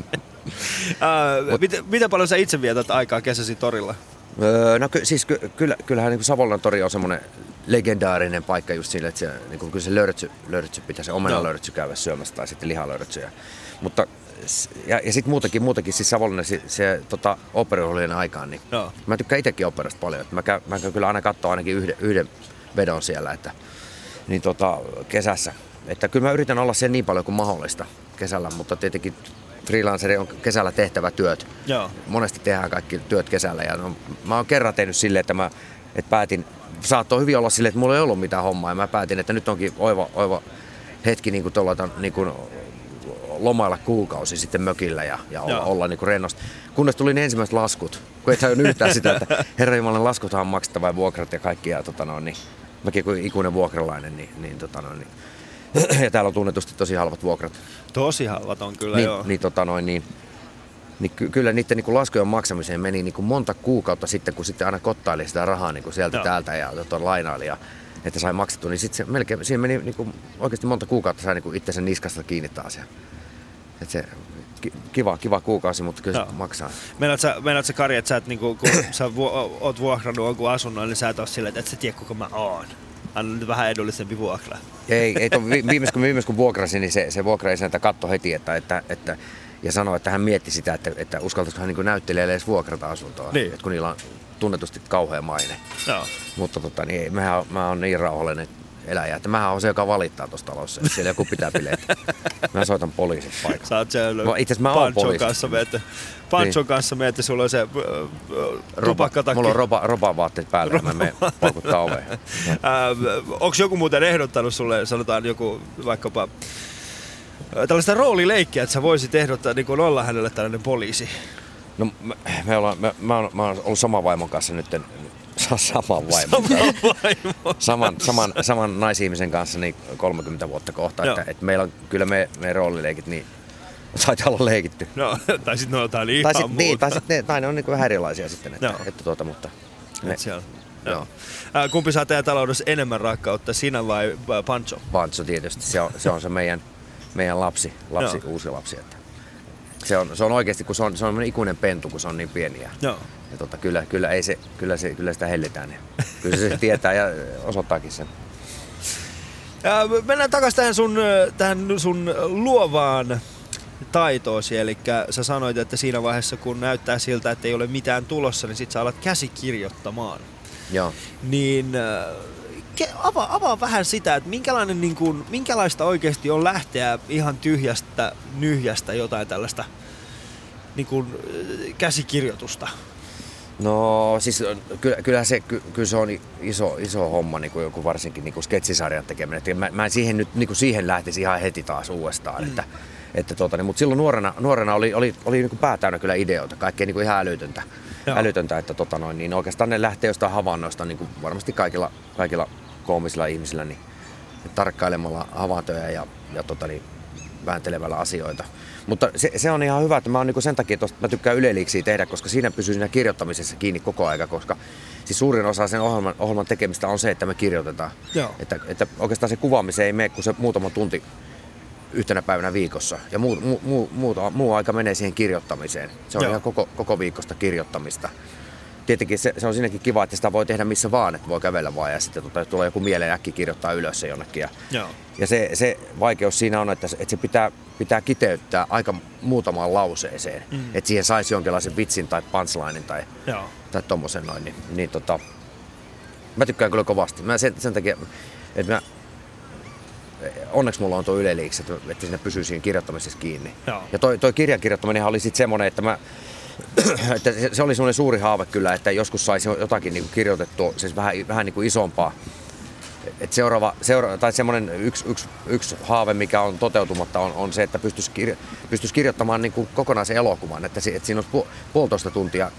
uh, miten, miten paljon sä itse vietät aikaa kesäsi torilla? Öö, no ky, siis ky, kyllä, kyllähän niin Savonlinnan tori on semmoinen legendaarinen paikka just sille, että se, niin kuin, kyllä se lörtsy, lörtsy pitää, se omenalörtsy käydä syömässä tai sitten lihalörtsyjä. Mutta ja, ja sitten muutakin, muutakin siis Savonlinnan se, se tota, oopperollinen aikaan, niin no. Mä tykkään itsekin oopperasta paljon. Mä käyn, mä käyn kyllä aina katsoa ainakin yhden, yhden vedon siellä, että, niin tota, kesässä. Että kyllä mä yritän olla sen niin paljon kuin mahdollista kesällä, mutta tietenkin freelanceri on kesällä tehtävä työt. Joo. Monesti tehdään kaikki työt kesällä ja no, mä oon kerran tehnyt silleen, että mä et päätin, saattoi hyvin olla silleen, että mulla ei ollut mitään hommaa ja mä päätin, että nyt onkin oiva, oiva hetki niin kuin tuolla, niin kuin lomailla kuukausi sitten mökillä ja, ja olla, olla niin kuin rennosti. Kunnes tuli ne ensimmäiset laskut, kun ei tajunnut yhtään sitä, että herranjumalainen laskuthan on maksettava ja vuokrat ja kaikki. Ja, tota noin, niin, mäkin kuin ikuinen vuokralainen, niin, niin, tota noin, niin ja täällä on tunnetusti tosi halvat vuokrat. Tosi halvat on kyllä, niin, joo. Niin, tota noin, niin, niin ky- kyllä niiden niin kuin laskujen maksamiseen meni niin kuin monta kuukautta sitten, kun sitten aina kottaili sitä rahaa niin kuin sieltä joo. täältä ja tota, lainaili. Ja, että sai maksettua, niin sitten se melkein, siinä meni niin kuin, oikeasti monta kuukautta sai niin kuin itsensä niskasta kiinni taas. Ja, että se kiva, kiva kuukausi, mutta kyllä se maksaa. Meinaat sä, meinaat sä Kari, että sä et, niin kuin, kun sä vu- oot vuokrannut jonkun asunnon, niin sä et ole silleen, että et sä tiedä kuka mä oon. Anna nyt vähän edullisempi vuokra. Ei, ei viimeis kun, viimeis kun vuokrasin, niin se, se vuokraisäntä katsoi heti, että, että, että, ja sanoi, että hän mietti sitä, että, että uskaltaisiko hän niin näyttelijälle edes vuokrata asuntoa, niin. Että kun niillä on tunnetusti kauhea maine. Joo. Mutta tota, niin ei, mähän, mä oon niin rauhallinen eläjä, että mähän on se, joka valittaa tuossa talossa, että siellä joku pitää bileitä. Mä soitan poliisit paikalle. Sä oot siellä itse asiassa mä oon poliisi. Kanssa meette. Panchon niin. kanssa meette, sulla on se tupakkatakki. Mulla on roba, robavaatteet päällä ja mä menen paukuttaa oveen. Onko joku muuten ehdottanut sulle, sanotaan joku vaikkapa tällaista roolileikkiä, että sä voisit ehdottaa niin kuin olla hänelle tällainen poliisi? No me, me ollaan, me, mä, oon, mä oon ollut saman vaimon kanssa nyt. Saman vaimon. Saman, vaimon. saman, saman, saman naisihmisen kanssa niin kolmekymmentä vuotta kohta. Että, että meillä on kyllä me, me roolileikit, niin taitaa olla leikitty. No, tai sitten ne on jotain ihan tai muuta. Niin, tai, sit ne, tai ne on niin kuin vähän erilaisia sitten. Että, että tuota, mutta ne, siellä. Joo. Ää, kumpi saa teidän taloudessa enemmän rakkautta, sinä vai Pancho? Pancho tietysti. Se on se, on se meidän, meidän lapsi, lapsi uusi lapsi. Että se, on, se on oikeasti, kun se on, se on ikuinen pentu, kun se on niin pieni. Ja, ja tota, kyllä, kyllä, ei se, kyllä, se, kyllä sitä hellitään. Ja kyllä se tietää ja osoittaakin sen. Ja mennään takaisin tähän sun, tähän sun luovaan taitoosi, eli sä sanoit, että siinä vaiheessa kun näyttää siltä, että ei ole mitään tulossa, niin sit sä alat käsikirjoittamaan. Joo. Niin avaa, avaa vähän sitä, että minkälainen, niin kuin, minkälaista oikeasti on lähteä ihan tyhjästä nyhjästä jotain tällaista niin kuin, käsikirjoitusta. No siis kyllä, kyllä, se, kyllä se on iso, iso homma, niin kuin joku varsinkin niin kuin sketsisarjan tekeminen. Mä, mä en siihen, nyt, niin kuin siihen lähtisi ihan heti taas uudestaan. Mm. Että, että tuota, niin, mutta silloin nuorena, nuorena oli, oli, oli niin kuin pää täynnä kyllä ideoita, kaikkea niin kuin ihan älytöntä. älytöntä että tota noin, niin oikeastaan ne lähtee jostain havainnoista, niin kuin varmasti kaikilla, kaikilla koomisilla ihmisillä, niin tarkkailemalla havaintoja ja, ja tota niin, vääntelemällä asioita. Mutta se, se on ihan hyvä, että mä oon niin sen takia, että mä tykkään Yle Leaguesia tehdä, koska siinä pysyy siinä kirjoittamisessa kiinni koko aika, koska siis suurin osa sen ohjelman, ohjelman tekemistä on se, että me kirjoitetaan. Että, että oikeastaan se kuvaamiseen ei mene kuin se muutama tunti yhtenä päivänä viikossa ja muu, muu, muu, muu, muu aika menee siihen kirjoittamiseen. Se on Joo. ihan koko, koko viikosta kirjoittamista. Tietenkin se, se on siinäkin kiva, että sitä voi tehdä missä vaan, että voi kävellä vaan ja sitten tota, tulee joku mieleen äkki kirjoittaa ylös se jonnekin. Ja, Joo. ja se, se vaikeus siinä on, että, että se pitää, pitää kiteyttää aika muutamaan lauseeseen, mm. että siihen saisi jonkinlaisen vitsin tai punchlinen tai, tai tommosen noin. Niin, niin tota, mä tykkään kyllä kovasti. Mä sen, sen takia, että mä onneksi mulla on tuo Yle Leagues, että, että siinä pysyy siinä kirjoittamisessa kiinni. Joo. Ja toi, toi kirjan kirjoittaminen oli sitten semmoinen, että, mä, että se oli semmoinen suuri haave kyllä, että joskus saisi jotakin niin kuin kirjoitettua, siis vähän, vähän niin kuin isompaa. Et seuraava, seura- tai semmoinen yksi, yksi, yksi haave, mikä on toteutumatta, on, on se, että pystyisi, kirjo- pystyisi kirjoittamaan niin kuin kokonaisen elokuvan, että, että siinä olisi pu- puolitoista tuntia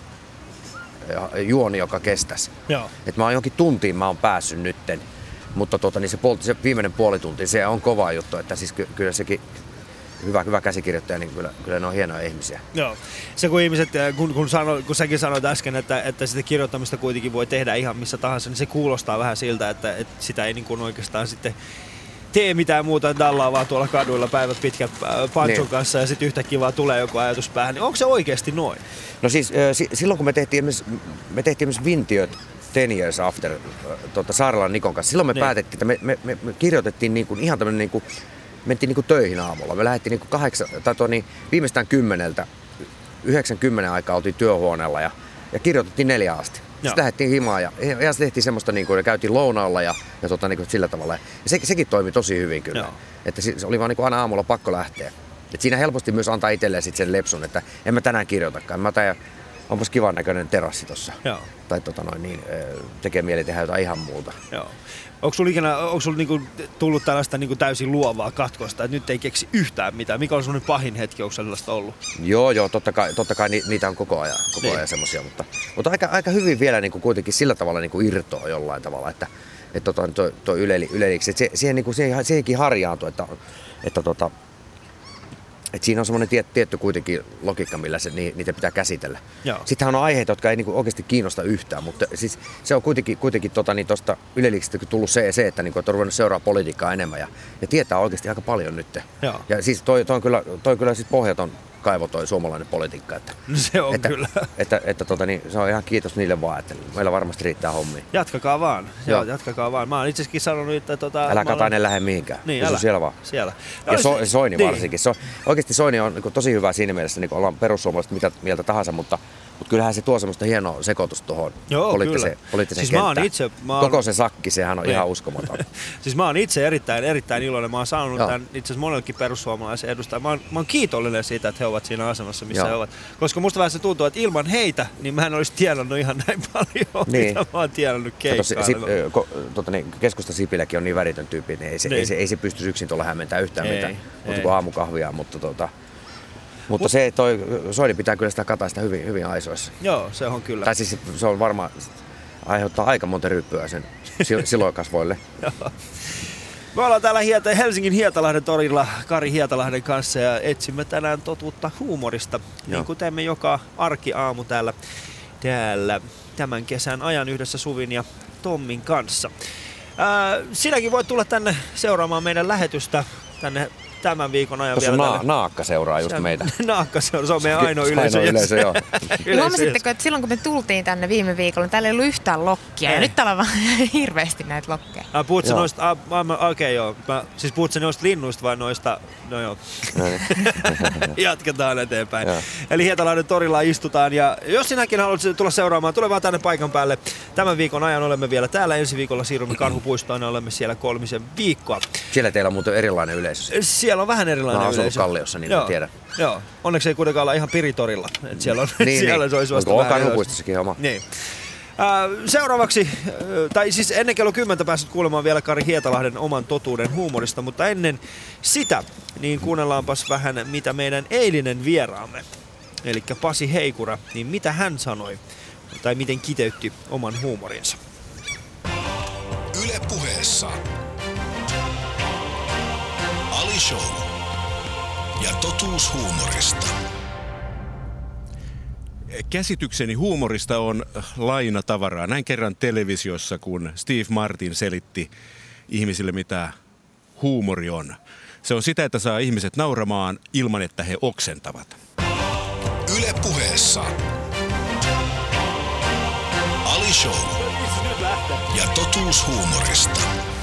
juoni, joka kestäisi. Että mä oon jonkin tuntiin mä oon päässyt nytten. Mutta tuota, niin se, puol- se viimeinen puoli tunti, se on kova juttu, että siis ky- kyllä sekin hyvä, hyvä käsikirjoittaja, niin kyllä, kyllä ne on hienoja ihmisiä. Joo. Se kun ihmiset, kun, kun, sano, kun säkin sanoit äsken, että, että sitä kirjoittamista kuitenkin voi tehdä ihan missä tahansa, niin se kuulostaa vähän siltä, että, että sitä ei niin kuin oikeastaan sitten tee mitään muuta, dallaa vaan tuolla kaduilla päivät pitkät Pantsun niin. kanssa ja sitten yhtäkkiä vaan tulee joku ajatus päähän. Niin onko se oikeasti noin? No siis silloin kun me tehtiin me tehtiin myös Vintiöt Ten Years After tuota, Saaralan Nikon kanssa, silloin me niin. päätettiin, että me, me, me, me kirjoitettiin niin kuin, ihan tämmöinen, niin kuin, mentiin niin kuin töihin aamulla. Me lähdettiin niin kuin kahdeksan, tai tuo, niin, viimeistään kymmeneltä, yhdeksän kymmenen aikaa oltiin työhuoneella ja, ja kirjoitettiin neljä asti. Sitten lähdettiin himaan ja, ja se tehtiin semmoista, niin kuin, ja käytiin lounaalla ja, ja tota, niin kuin, sillä tavalla. Ja se, sekin toimi tosi hyvin kyllä. Joo. Että se, se oli vaan niin kuin aina aamulla pakko lähteä. Et siinä helposti myös antaa itselleen sit sen lepsun, että en mä tänään kirjoitakaan. Mä tain, onpas kivan näköinen terassi tossa. Joo. Tai tota noin, niin, tekee mieli tehdä jotain ihan muuta. Joo. Onko sulla ikinä onko sulla niinku tullut tällaista niinku täysin luovaa katkosta, että nyt ei keksi yhtään mitään? Mikä on semmoinen pahin hetki, onko sellaista ollut? Joo, joo, totta kai, totta kai niitä on koko ajan, koko niin. ajan semmoisia, mutta, mutta aika, aika hyvin vielä niinku kuitenkin sillä tavalla niinku irtoa jollain tavalla, että että toi, toi, toi yle, yleliksi, että se, siihen, niinku, siihen, siihenkin harjaantuu, että, että tota, että siinä on semmoinen tiet, tietty kuitenkin logiikka, millä se, niitä pitää käsitellä. Joo. Sittenhän on aiheita, jotka ei niinku oikeasti kiinnosta yhtään, mutta siis se on kuitenkin, kuitenkin tota, niin tuosta Yle Leaguesista tullut se, se että niinku, on ruvennut seuraa politiikkaa enemmän ja, ja tietää oikeasti aika paljon nyt. Joo. Ja siis toi, toi on kyllä, toi kyllä siis pohjaton kaivo toi suomalainen politiikka. Että, no se on että, kyllä. Että, että, että tota, niin, se on ihan kiitos niille vaan, että meillä varmasti riittää hommia. Jatkakaa vaan. Joo. Jatkakaa vaan. Mä oon itsekin sanonut, että... Tota, älä Katainen olen... lähde mihinkään. Niin, älä. Siellä vaan. Siellä. Ja so, Soini niin. varsinkin. So, oikeasti Soini on niin tosi hyvä siinä mielessä, niin ollaan perussuomalaiset mitä mieltä tahansa, mutta mutta kyllähän se tuo semmoista hienoa sekoitusta tuohon poliittiseen, poliittiseen siis kenttään. Itse, oon... Koko se sakki, sehän on niin. ihan uskomaton. Siis mä oon itse erittäin, erittäin iloinen. Mä oon sanonut Joo. tämän itse asiassa monellekin perussuomalaisen edustajan. Mä oon, mä oon kiitollinen siitä, että he ovat siinä asemassa, missä Joo. he ovat. Koska musta vähän se tuntuu, että ilman heitä, niin mä en olisi tienannut ihan näin paljon, niin. mitä mä oon tienannut keikkailla. Tota, niin, keskusta Sipiläkin on niin väritön tyyppi, niin ei se, niin. ei se, ei se pysty yksin tuolla hämmentää yhtään ei, mitään, mutta kuin aamukahvia, mutta tota... Mutta Mut, se, toi Soini pitää kyllä sitä Kataista hyvin, hyvin aisoissa. Joo, se on kyllä. Tai siis se on varmaan, aiheuttaa aika monta ryppyä sen silloikasvoille. Me ollaan täällä Hieta, Helsingin Hietalahden torilla Kari Hietalahden kanssa ja etsimme tänään totuutta huumorista. Joo. Niin kuin teemme joka arkiaamu täällä, täällä tämän kesän ajan yhdessä Suvin ja Tommin kanssa. Ää, sinäkin voit tulla tänne seuraamaan meidän lähetystä tänne tämän viikon ajan Tuossa vielä. na- tälle. naakka seuraa just meitä. Naakka seuraa, se on meidän ainoa yleisö. Ainoa yleisö, joo. Ja huomasitteko, että silloin kun me tultiin tänne viime viikolla, niin täällä ei ollut yhtään lokkia. Ei. Ja nyt täällä on vaan hirveästi näitä lokkeja. Ah, puhut sä Joo. noista, ah, okei okay, joo. Mä, siis puhut sä noista linnuista vai noista, no joo. No niin. Jatketaan eteenpäin. Joo. Eli Hietalahden torilla istutaan ja jos sinäkin haluat tulla seuraamaan, tule vaan tänne paikan päälle. Tämän viikon ajan olemme vielä täällä. Ensi viikolla siirrymme Karhupuistoon ja olemme siellä kolmisen viikkoa. Siellä teillä on muuten erilainen yleisö. Siellä on vähän erilainen Mä oon asunut yleisö. Kalliossa, niin Joo. mä tiedän. Joo. Onneksi ei kuitenkaan olla ihan Piritorilla. Et siellä on, Niin, siellä niin. se olisi vasta Onko vähän Karhupuistossakin oma? niin. Äh, seuraavaksi, äh, tai siis ennen kello kymmentä pääset kuulemaan vielä Kari Hietalahden oman totuuden huumorista, mutta ennen sitä, niin kuunnellaanpas vähän mitä meidän eilinen vieraamme, eli Pasi Heikura, niin mitä hän sanoi, tai miten kiteytti oman huumorinsa. Yle Puheessa Ali Show ja totuus huumorista. Käsitykseni huumorista on lainatavaraa. Näin kerran televisiossa, kun Steve Martin selitti ihmisille, mitä huumori on. Se on sitä, että saa ihmiset nauramaan ilman, että he oksentavat. Yle Puheessa Ali Show ja totuus huumorista.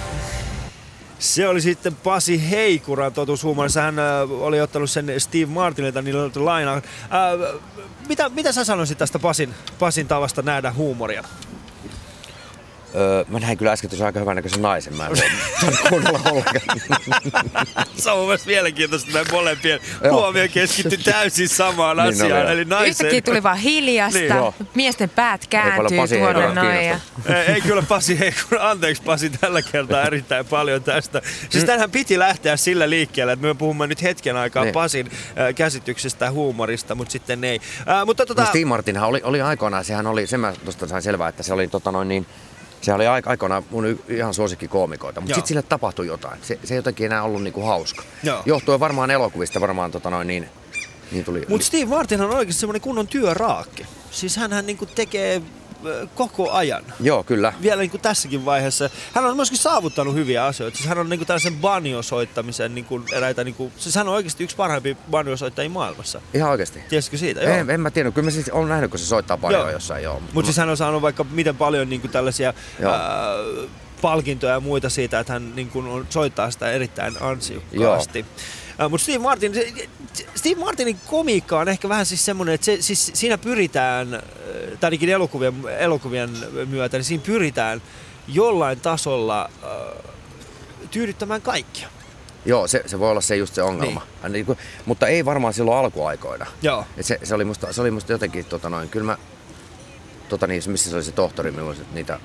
Se oli sitten Pasi Heikuran totuushuumorissa. Hän äh, oli ottanut sen Steve Martinilta niin otettu lainaa. Äh, mitä, mitä sä sanoisit tästä Pasin, Pasin tavasta nähdä huumoria? Öö, mä näin kyllä äsken tuossa aika hyvän naisen. Mä en voi kuunnella ollenkaan. Se on mun mielestä mielenkiintoista, että näin molempien Joo. huomio keskittyi täysin samaan Niin, no asiaan, joo. eli naiseen. Yhtäkkiä tuli vaan hiljasta, Niin, joo. miesten päät Ei paljon kääntyy Pasi tuonne Heikura noin. Ja... ei, ei kyllä Pasi Heikura, anteeksi Pasi tällä kertaa erittäin paljon tästä. Siis tänhän piti lähteä sillä liikkeelle, että me puhumme nyt hetken aikaa Niin. Pasin äh, käsityksestä ja huumorista, mutta sitten ei. Äh, mutta tota, No Steve Martinhan oli, oli aikoinaan, sehän oli, sen mä tuosta sain selvää, että se oli tota noin niin, se oli aik- aikoinaan mun y- ihan suosikkikoomikoita, mutta Joo. sitten sille tapahtui jotain. Se, se ei jotenkin enää ollut niinku hauska. Joo. Johtuen varmaan elokuvista, varmaan tota noin niin, niin tuli... Mutta Steve Martinhan on oikeasti semmoinen kunnon työraakki. Siis hänhän niinku tekee ö, koko ajan. Joo, kyllä. Vielä niinku tässäkin vaiheessa. Hän on myöskin saavuttanut hyviä asioita. Siis hän on niinku tällaisen banjo-soittamisen niinku eräitä niinku, siis hän on oikeasti yksi parhaimpia banjo-soittajia maailmassa. Ihan oikeesti. Tiesitkö siitä? Joo. En, en mä tiedä, kyllä mä siis olen nähnyt, kun se soittaa paljon Joo. jossain. Joo. Mutta siis hän on saanut vaikka miten paljon niinku tällaisia Joo. ää, palkintoja ja muita siitä, että hän niinku on, soittaa sitä erittäin ansiokkaasti. Mutta Steve Martin, se, Steve Martinin komiikka on ehkä vähän siis semmoinen, että se, siis siinä pyritään, äh, tai ainakin elokuvien, elokuvien myötä, niin siinä pyritään jollain tasolla äh, tyydyttämään kaikkia. Joo, se, se voi olla se just se ongelma. Niin. Niin kuin, mutta ei varmaan silloin alkuaikoina. Joo. Et se, se, oli musta, se oli musta jotenkin, tota noin, kyllä mä, tota niin, missä se oli se tohtori, minulla oli niitä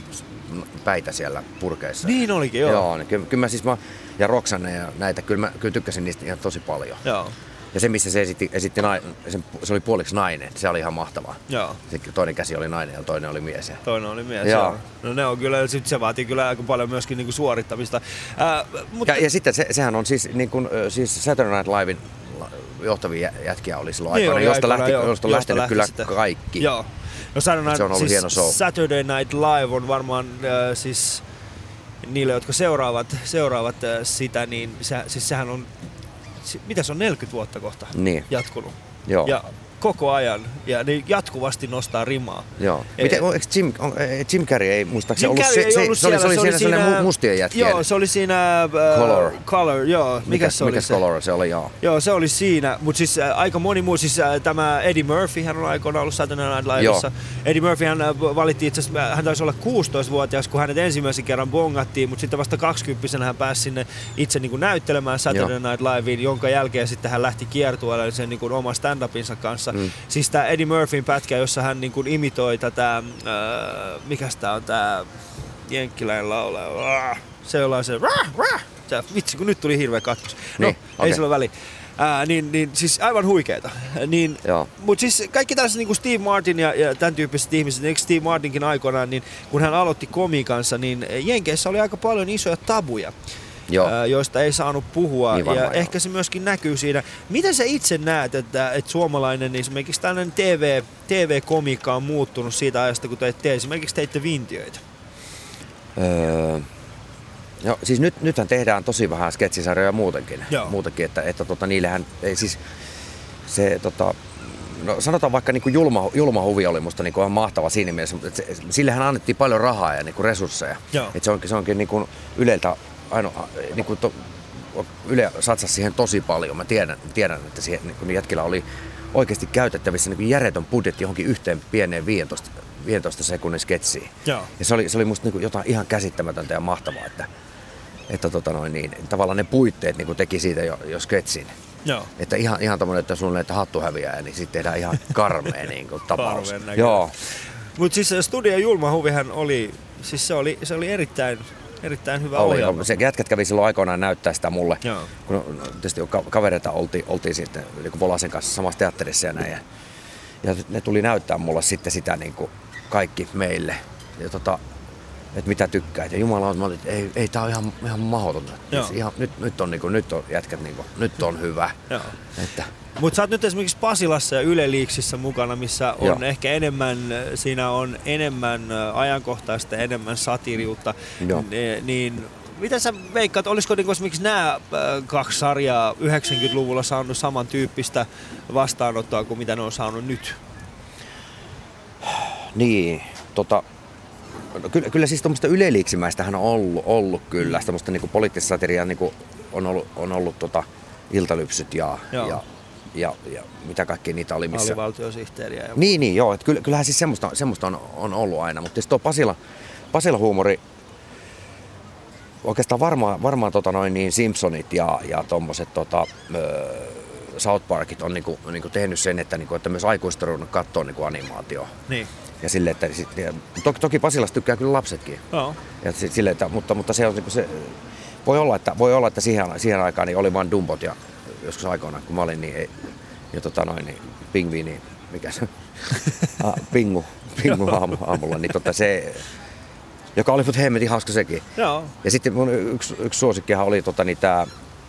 päitä siellä purkeissa. Niin olikin, joo. Joo, niin kyllä, kyllä mä siis mä, ja Roxanne ja näitä, kyllä mä kyllä tykkäsin niistä ihan tosi paljon. Joo. Ja se, missä se esitti, esitti nai, sen, se oli puoliksi nainen, se oli ihan mahtavaa. Joo. Se toinen käsi oli nainen ja toinen oli mies. Ja... Toinen oli mies, Joo. joo. No ne on kyllä, sit se vaatii kyllä aika paljon myöskin niinku suorittamista. Ää, mutta... Ja, ja sitten se, sehän on siis, niin kuin, siis Saturday Night Livein johtavia jätkiä oli silloin Niin aikoina, oli josta, aikoinaan, lähti, joo. josta on Josta lähtenyt lähti kyllä sitten. kaikki. Joo. No Saturday, Se on ollut siis hieno show. Saturday Night Live on varmaan äh, siis niille, jotka seuraavat, seuraavat äh, sitä, niin se, siis sehän on, si, mitä se on, neljäkymmentä vuotta kohta Niin. jatkunut. Joo. Ja koko ajan. Ja ne jatkuvasti nostaa rimaa. Joo. E- Miten, on, eikö Jim, on, Jim Carrey ei muistaakseni Jim ollut, Carrey se, ei se, ollut se, oli, se oli siellä, siinä sellainen mustien jätkien. Joo, se oli siinä... Äh, Color. Color, joo. Mikäs se oli mikäs se? Color se oli, joo. Joo, se oli siinä, mutta siis äh, aika moni muu, siis äh, tämä Eddie Murphy, hän on aikoinaan ollut Saturday Night Livessa. Eddie Murphy, hän äh, valittiin itse asiassa, hän taisi olla kuusitoistavuotias, kun hänet ensimmäisen kerran bongattiin, mutta sitten vasta kaksikymppisenä hän pääsi sinne itse niin kuin näyttelemään Saturday Joo. Night Liveen, jonka jälkeen sitten hän lähti kiertueelle sen niin kuin oman stand-upinsa kanssa. Mm. Siis tämä Eddie Murphyn pätkä, jossa hän niin kuin imitoi tätä, äh, mikäs tää on tää jenkkiläinen laulaja, se jollain se, rah, rah. Se, vitsi kun nyt tuli hirveä katkos. No, Niin, ei okei. sillä ole väliä. Ää, niin, niin, siis aivan huikeeta. Niin, Joo. mutta siis kaikki tällaiset niin kuin Steve Martin ja, ja tämän tyyppiset ihmiset, eikö Steve Martinkin aikoinaan, niin kun hän aloitti komiikansa, niin Jenkeissä oli aika paljon isoja tabuja, Joo. ää, joista ei saanut puhua. Niin varmaan, ja joo. ehkä se myöskin näkyy siinä. Miten sä itse näet, että, että suomalainen, esimerkiksi tällainen T V, T V-komiikka on muuttunut siitä ajasta, kun te, te esimerkiksi teitte Vintiöitä? Öö, Joo, siis nyt, nythän tehdään tosi vähän sketsisarjoja muutenkin. Joo. Muutenkin, että, että tota, niillehän ei siis se tota, no sanotaan vaikka niin kuin julma, julma huvi oli musta niin kuin ihan mahtava siinä mielessä, mutta se, sillehän annettiin paljon rahaa ja niin kuin resursseja. Että se onkin, se onkin niin kuin Yleltä ainoa, niin kuin to, Yle satsasi siihen tosi paljon. Mä tiedän, tiedän että siihen niin jätkillä oli oikeasti käytettävissä niin kuin järjetön budjetti johonkin yhteen pieneen viisitoista sekunnin sketsiin. Joo. Ja se oli, se oli musta niin kuin jotain ihan käsittämätöntä ja mahtavaa, että, että tota noin, niin, tavallaan ne puitteet niin kuin teki siitä jo, jo sketsin. Joo. Että ihan, ihan tommonen, että suunnilleen, että hattu häviää, niin sitten tehdään ihan karmea niin kuin tapaus. Joo. Mutta siis Studio Julma huvihan oli, siis se oli, se oli erittäin, erittäin hyvä oli, ohjelma. Se jätkät kävi silloin aikoinaan näyttää sitä mulle, Joo. kun tietysti kavereita oltiin, oltiin sitten niin Volasen kanssa samassa teatterissa ja näin. Ja, ja ne tuli näyttää mulle sitten sitä niin kuin kaikki meille. Ja tota, että mitä tykkäät. Ja jumala, mä olin, että ei, ei tää on ihan, ihan mahdotonta. Ihan, nyt, nyt, on, niin kuin, nyt on jätkät, niin kuin, nyt on hyvä. Että. Mutta sä oot nyt esimerkiksi Pasilassa ja Yle Liiksissä mukana, missä on Joo. ehkä enemmän, siinä on enemmän ajankohtaista, enemmän satiriutta. N- niin mitä sä veikkaat, olisiko niin esimerkiksi nämä kaksi sarjaa yhdeksänkymmentäluvulla saanut samantyyppistä vastaanottoa kuin mitä ne on saanut nyt? Niin, tota... No, kyllä, kyllä siis tuommoista yleliiksimäistähän on ollut, ollut kyllä. Mm. Tämmöistä niinku poliittista satiriaa niinku on ollut, on ollut tota, iltalypsyt ja, ja, ja, ja mitä kaikkea niitä oli. Missä... Alivaltiosihteeriä. Ja... Niin, niin, joo. Että kyllä, kyllähän siis semmoista, semmoista on, on ollut aina. Mutta siis tuo Pasila, Pasila-huumori, oikeastaan varmaan, varmaan tota noin, niin Simpsonit ja, ja tommoset tota, öö, South Parkit on niinku, niinku tehnyt sen, että, niinku, että myös aikuiset on ruvennut katsoa niinku animaatioa. Niin. Ja sille, että toki, toki Pasilasta tykkää kyllä lapsetkin. Joo. Ja sille, että, mutta, mutta se on se, voi olla, että voi olla, että siihen, siihen aikaan niin oli vain Dumbot ja joskus aikoinaan kun mä olin niin ei, ja tota noin niin pingviini, mikä se ah, pingu, pingu aamu, aamulla niin tota se joka oli mut hemmetin hauska sekin. Joo. Ja sitten mun yksi yksi suosikkihan oli tota niin tää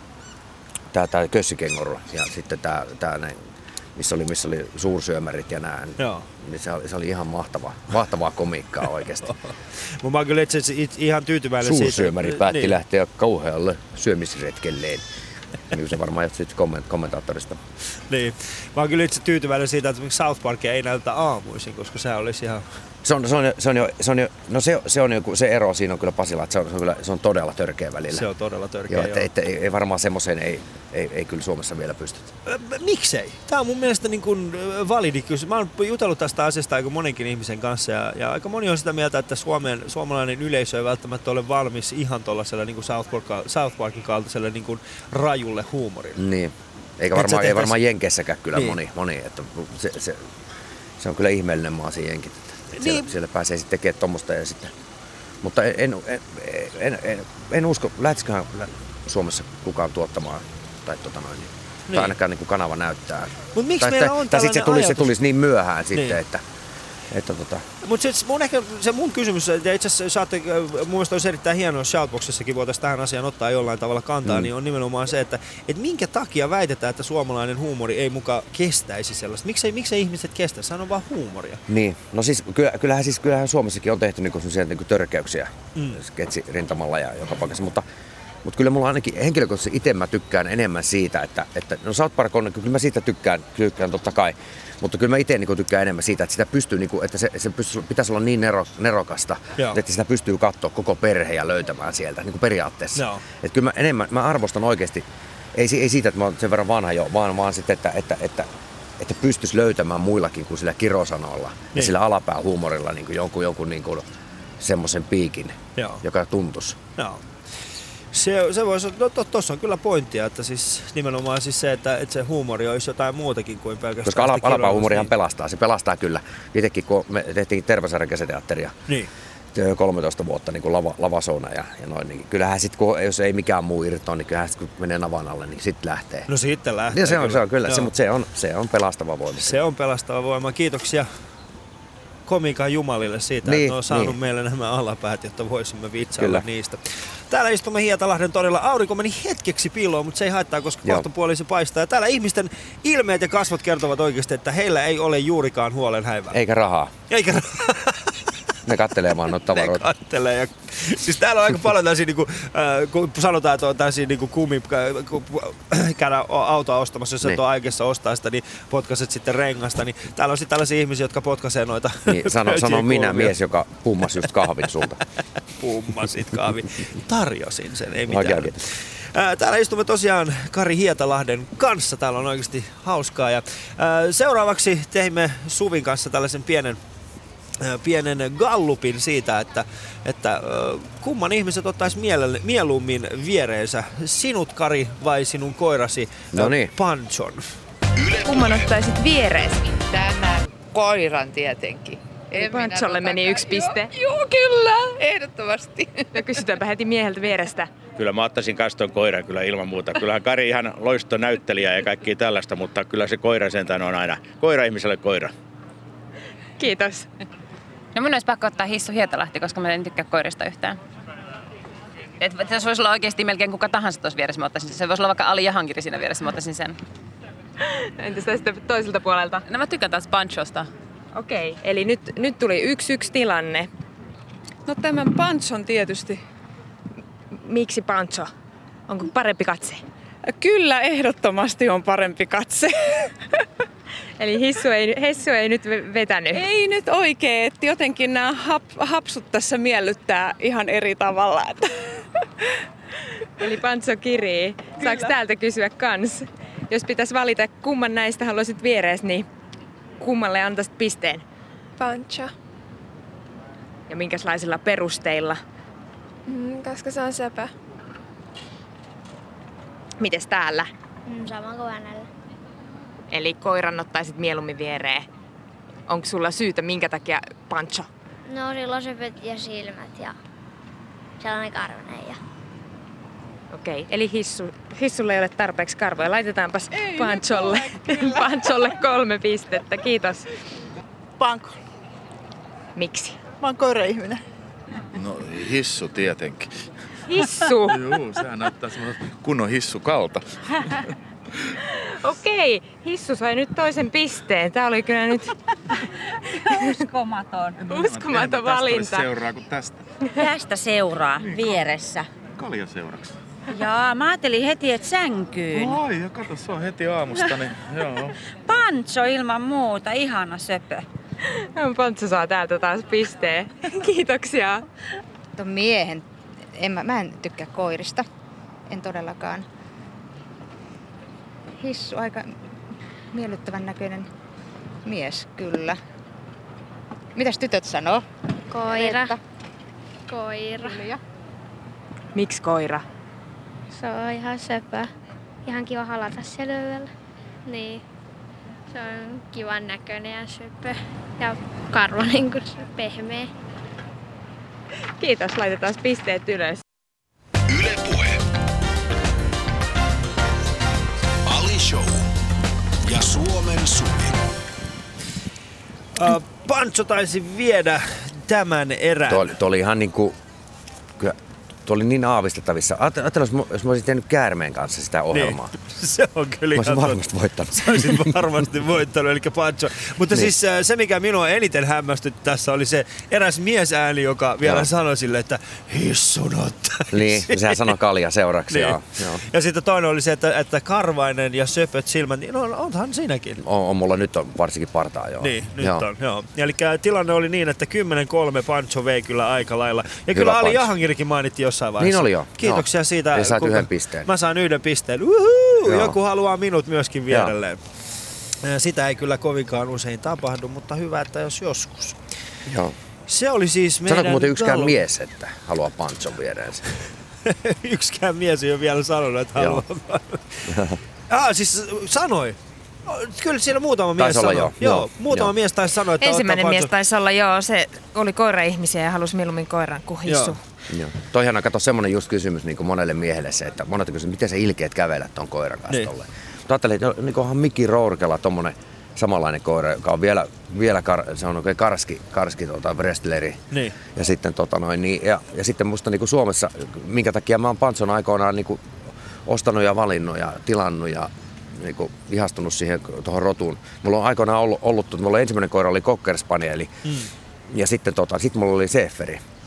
tää tää Kössikenguru ja sitten tää tää näin missä oli, missä oli suursyömärit ja nää. Joo. Niin se oli, se oli ihan mahtavaa, mahtavaa komiikkaa oikeasti. Mä oon kyllä itse asiassa ihan tyytyväinen siitä. Suursyömäri päätti niin. lähteä kauhealle syömisretkelleen. Niin se varmaan johti sitten komment- kommentaattorista. Niin. Mä oon kyllä itse tyytyväinen siitä, että South Parkia ei näytetä aamuisin, koska se olisi ihan... Se on, se on, se on jo, se on jo, no se, se on joku, se ero siinä on kyllä Pasila, että se on, se on, kyllä, se on todella törkeä välillä. Se on todella törkeä, joo. Että, että, ei, ei varmaan semmoiseen ei, ei, ei kyllä Suomessa vielä pystytä. Miksei? Tää on mun mielestä niin kuin validi kysymys. Mä oon jutellut tästä asiasta aika monenkin ihmisen kanssa ja, ja aika moni on sitä mieltä, että Suomen, suomalainen yleisö ei välttämättä ole valmis ihan tuollaisella niin kuin South, Park, South Parkin kaltaiselle niin kuin rajulle huumorille. Niin. Eikä varmaan, ei varmaan Jenkeissäkään kyllä niin. moni, moni että se, se, se on kyllä ihmeellinen maa siinä Jenkit. Siellä, niin. siellä pääsee sitten tekemään tuommoista ja sitten... Mutta en, en, en, en, en usko, lähtisiköhän Suomessa kukaan tuottamaan tai tota noin, niin. Tai ainakaan niin kuin kanava näyttää. Mut miksi tai, meillä on tai sitten se tulisi, se tulisi niin myöhään sitten, niin. että... Että tota. Mutta se mun, ehkä, se mun kysymys, ja itse asiassa saatte, mun mielestä olisi erittäin hienoa, Shoutboxissakin voitaisiin tähän asiaan ottaa jollain tavalla kantaa, mm. niin on nimenomaan se, että et minkä takia väitetään, että suomalainen huumori ei muka kestäisi sellaista. Miksei, miksei ihmiset kestä? Sehän on vaan huumoria. Niin, no siis kyllähän, siis, kyllähän Suomessakin on tehty niinku sellaisia niinku törkeyksiä mm. sketsirintamalla ja joka paikassa, mutta Mutta kyllä mulla ainakin henkilökohtaisesti itse mä tykkään enemmän siitä, että, että no South Park on, kyllä mä siitä tykkään, tykkään totta kai, mutta kyllä mä itse niin tykkään enemmän siitä, että sitä pystyy, niin kuin, että se, se pystyy, pitäisi olla niin nero, nerokasta, Joo. että sitä pystyy katsoa koko perhe ja löytämään sieltä niin kuin periaatteessa. Joo. Että kyllä mä enemmän, mä arvostan oikeasti, ei, ei siitä, että mä oon sen verran vanha jo, vaan, vaan sitten, että, että, että, että pystyisi löytämään muillakin kuin sillä kirosanoilla niin. ja sillä alapäähuumorilla niin kuin jonkun, jonkun niin kuin semmoisen piikin, Joo. joka tuntuisi. Joo. Se, se voisi, no to, tossa on kyllä pointtia, että siis nimenomaan siis se, että, että se huumori olisi jotain muutakin kuin pelkästään koska ala, alapäähuumorihan niin. pelastaa, se pelastaa kyllä. Itsekin kun me tehtiin Tervasaaren kesäteatteria niin. kolmetoista vuotta niin kuin lava, lavasouna ja, ja noin, niin kyllähän sitten jos ei mikään muu irtoa, niin kyllähän sitten kun menee navan alle, niin sitten lähtee. No sitten lähtee. Ja se on kyllä, se on, kyllä se, mutta se on, se on pelastava voima. Se on pelastava voima. Kiitoksia komiikan jumalille siitä, niin, että ne on saanut niin. meille nämä alapäät, jotta voisimme vitsailla niistä. Täällä istumme Hietalahden torilla. Aurinko meni hetkeksi piiloon, mutta se ei haittaa, koska kohtapuoliin se paistaa. Ja täällä ihmisten ilmeet ja kasvot kertovat oikeasti, että heillä ei ole juurikaan huolen häivää. Eikä rahaa. Eikä rahaa. Ne kattelee vaan noita tavaroita. Ne kattelee ja Siis täällä on aika paljon tällaisia, niin kuin, äh, kun sanotaan, että on tällaisia niin kumi, kun käydään autoa ostamassa, jos niin. et ole aikeissa ostaa sitä, niin potkaset sitten rengasta, niin täällä on sitten tällaisia ihmisiä, jotka potkaisee noita. Niin, sano, sano minä mies, joka pummasi just kahvin sulta. Pummasit kahvin. Tarjosin sen, ei mitään. Oikein, oikein. Täällä istumme tosiaan Kari Hietalahden kanssa. Täällä on oikeasti hauskaa. Ja seuraavaksi teimme Suvin kanssa tällaisen pienen, pienen gallupin siitä, että, että kumman ihmiset ottaisi mieluummin viereensä. Sinut, Kari, vai sinun koirasi no niin. Panchon? Kumman ottaisit viereesi? Tämän koiran tietenkin. Pancholle meni yksi piste. Joo, kyllä, ehdottomasti. No kysytäänpä heti mieheltä vierestä. Kyllä mä ottaisin kaston koiran kyllä ilman muuta. Kyllähän Kari ihan loistonäyttelijä ja kaikki tällaista, mutta kyllä se koira sentään on aina koira ihmiselle koira. Kiitos. No mun olisi pakko ottaa Hissu Hietalahti, koska mä en tykkää koirista yhtään. Et, se voisi olla oikeasti melkein kuka tahansa tuossa vieressä, mä ottaisin. Se voisi olla vaikka Ali Jahangiri siinä vieressä, mä ottaisin sen. Entäs tästä toiselta puolelta? No mä tykkään taas Panchosta. Okei, eli nyt, nyt tuli yksi yksi tilanne. No tämän Panchon tietysti. Miksi Pancho? Onko parempi katse? Kyllä, ehdottomasti on parempi katse. Eli hissu ei, hissu ei nyt vetänyt? Ei nyt oikein, että jotenkin nämä hap, hapsut tässä miellyttää ihan eri tavalla. Että. Eli Pancho kirii. Saaks täältä kysyä kans? Jos pitäisi valita kumman näistä haluaisit vierees, niin kummalle antaisit pisteen? Pancho. Ja minkälaisilla perusteilla? Mm, koska se on söpö. Mites täällä? Mm, sama kuin hänellä. Eli koiran ottaisit mieluummin viereen. Onko sulla syytä, minkä takia Pancho? No sillä on söpöt ja silmät ja sellainen karvainen. Ja... Okei, eli hissu, hissulle ei ole tarpeeksi karvoja. Laitetaanpas ei, Pancholle. Pancholle kolme pistettä. Kiitos. Panko. Miksi? Mä oon koira-ihminen. No hissu tietenkin. Hissu? Joo, sehän näyttää semmoinen kunnon hissukalta. Okei, hissu sai nyt toisen pisteen. Tää oli kyllä nyt uskomaton. Uskomaton valinta. Tästä seuraa kuin tästä. Tästä seuraa vieressä. Kalja seuraksi. Jaa, mä ajattelin heti, että sänkyyn. Ai, ja kato, se on heti aamusta, niin joo. Pancho ilman muuta, ihana söpö. Pancho saa täältä taas pisteen. Kiitoksia. Ton miehen, en mä, mä en tykkää koirista, en todellakaan. Hissu, aika miellyttävän näköinen mies, kyllä. Mitäs tytöt sanoo? Koira. Reetta. Koira. Julia. Miksi koira? Se on ihan söpö. Ihan kiva halata siellä yöllä. Niin. Se on kivan näköinen ja söpö. Ja karvainen kuin se pehmeä. Kiitos, laitetaan pisteet ylös. Yle Puhe. Ali Show ja Suomen Suvi. Uh, Pancho taisi viedä tämän erän. Tuo, tuo oli ihan niinku, kyllä, tuo oli niin aavistettavissa. Ajatellaan, jos, jos mä olisin tehnyt Käärmeen kanssa sitä ohjelmaa. Niin. Se on kyllä mä olisin ihan varmasti voittanut. Sä olisit varmasti voittanut, eli Pancho. Mutta niin. siis se, mikä minua eniten hämmästytti tässä, oli se eräs miesääni, joka vielä joo. sanoi sille, että hissun ottaisi. Niin, sehän sanoi Kalja seuraksi. Niin. Joo, joo. Ja sitten toinen oli se, että, että karvainen ja söpöt silmät, niin on, onhan siinäkin. On, on mulla nyt on varsinkin partaa, joo. Niin, nyt joo. on, joo. Eli tilanne oli niin, että kymmenen kolme Pancho vei kyllä aika lailla. Ja hyvä kyllä Ali Pancho. Jahangirikin mainittiin jossain vaiheessa. Niin oli jo. Kiitoksia joo. siitä. Eli sait kuinka... yhden pisteen. Mä saan yhden pisteen. Uhuhu, joku haluaa minut myöskin vierelleen. Joo. Sitä ei kyllä kovinkaan usein tapahdu, mutta hyvä, että jos joskus. Joo. Se oli siis meidän... Sanoiko muuten yksikään talo... mies, että haluaa Panchon viereensä? yksikään mies ei ole vielä sanonut, että haluaa. ah, siis sanoi. Kyllä siellä muutama mies sanoi. Jo. Joo, joo, muutama joo. mies taisi sanoa, että ensimmäinen mies Pancho... taisi olla, joo, se oli koira-ihmisiä ja halusi mieluummin koiran kuin hissu. Joo. Joo. Toihan on, kato, semmoinen just kysymys niin kuin monelle miehelle se, että monet kysyvät, miten sä ilkeät kävellä ton koiran kanssa niin. tolleen. Mutta ajattelin, että niin onhan Miki Rourkella tommonen samanlainen koira, joka on vielä, vielä kar, se on oikein karski, karski tuota, wrestleri. Niin. Ja sitten, tota noin, niin, ja, ja sitten musta niin kuin Suomessa, minkä takia mä oon Panchon aikoinaan niin kuin ostanut ja valinnut ja tilannut ja niin kuin ihastunut siihen tuohon rotuun. Mulla on aikoinaan ollut, ollut mulla ensimmäinen koira oli Cocker Spanieli. Mm. Ja sitten tota, sit mulla oli Seeferi. Joo.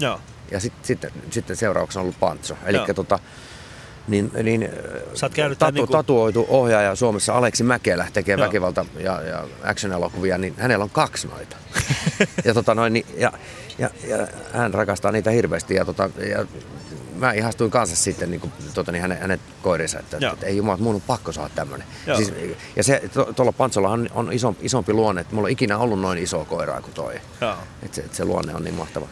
Ja sitten sit, sit seurauksena on ollut Pancho. Eli tota, niin, niin tatu, niinku... tatuoitu ohjaaja Suomessa Aleksi Mäkelä tekee Joo. väkivalta- ja, ja action-elokuvia, niin hänellä on kaksi noita. ja, tota noin, niin, ja, ja, ja hän rakastaa niitä hirveästi. Ja, tota, ja mä ihastuin kanssa sitten niin kuin, tota, niin hänen, hänen koirinsa, että, että, että ei jumala, mun on pakko saada tämmöinen. Siis, ja se, tuolla Pancholla on, on iso, isompi luonne, että mulla on ikinä ollut noin iso koiraa kuin toi. Että se, että se luonne on niin mahtava.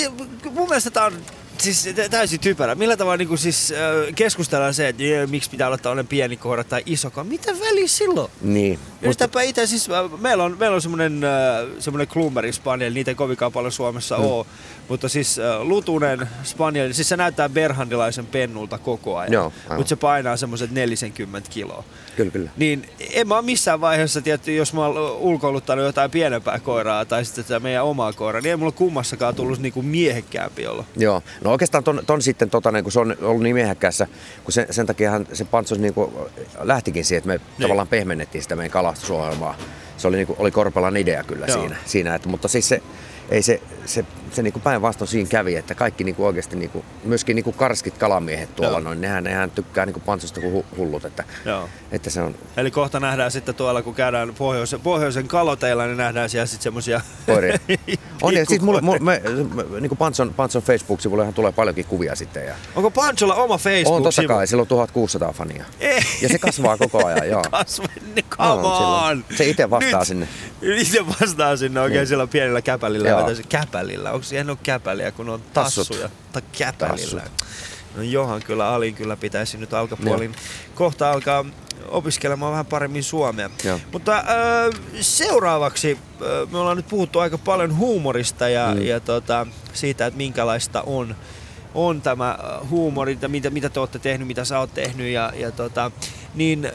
Mun mielestä tää on siis täysin typerä. Millä tavalla niin kuin siis, äh, keskustellaan se, että jee, miksi pitää olla tällainen pieni koira tai iso koira? Mitä väliä silloin? Niin. Yritäpä itse, siis äh, meillä on, meillä on semmoinen äh, semmoinen Klumberi Spaniel, niitä ei kovinkaan paljon Suomessa mm. ole. Mutta siis äh, lutunen Spaniel, siis se näyttää berhandilaisen pennulta koko ajan. Joo, mutta se painaa semmoiset neljäkymmentä kiloa. Kyllä, kyllä. Niin en mä ole missään vaiheessa, tietty, jos mä oon ulkoiluttanut jotain pienempää koiraa tai sitten tätä meidän omaa koiraa, niin ei mulla kummassakaan tullut niinku miehekkäämpi olla. Joo, no oikeastaan ton, ton sitten, tota, kun se on ollut niin miehekkäässä, kun sen, sen takia se Pancho niinku lähtikin siihen, että me niin. tavallaan pehmennettiin sitä meidän kalastusohjelmaa. Se oli, niinku, oli Korpelan idea kyllä siinä, siinä että, mutta siis se, ei se, se, se niinku päinvastoin siinä kävi, että kaikki niinku oikeasti, niinku, myöskin niinku karskit kalamiehet tuolla, Joo. noin, nehän, nehän tykkää niinku Panchosta kuin hullut, että, että se on... Eli kohta nähdään sitten tuolla, kun käydään pohjoisen, pohjoisen kaloteilla, niin nähdään siellä sitten semmosia... Koiria. On, ja siis mulle, mulle, me, niinku Panchon, Panchon Facebook-sivullehan tulee paljonkin kuvia sitten. Ja... Onko Pancholla oma Facebook-sivu? On, totta kai, sillä on tuhatkuusisataa fania. Ei. Ja se kasvaa koko ajan, joo. Kasvaa, come on! Se itse vastaa Nyt. sinne. Itse vastaa sinne oikein niin. Sillä pienellä käpälillä. Joo. Käpälillä? Onko siihen ole käpäliä, kun on tassuja? Tai käpälillä. Tassut. No johan kyllä, Alin kyllä pitäisi nyt alkapuolin kohta alkaa opiskelemaan vähän paremmin suomea. Joo. Mutta äh, seuraavaksi äh, me ollaan nyt puhuttu aika paljon huumorista ja, mm. ja tota, siitä, että minkälaista on, on tämä huumori, mitä, mitä te olette tehnyt, mitä sä oot tehnyt. Ja, ja tota, niin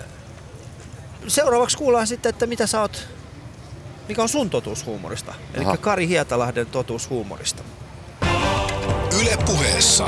seuraavaksi kuullaan sitten, että mitä sä oot, mikä on sun totuus huumorista. Eli Kari Hietalahden totuus huumorista. Yle Puheessa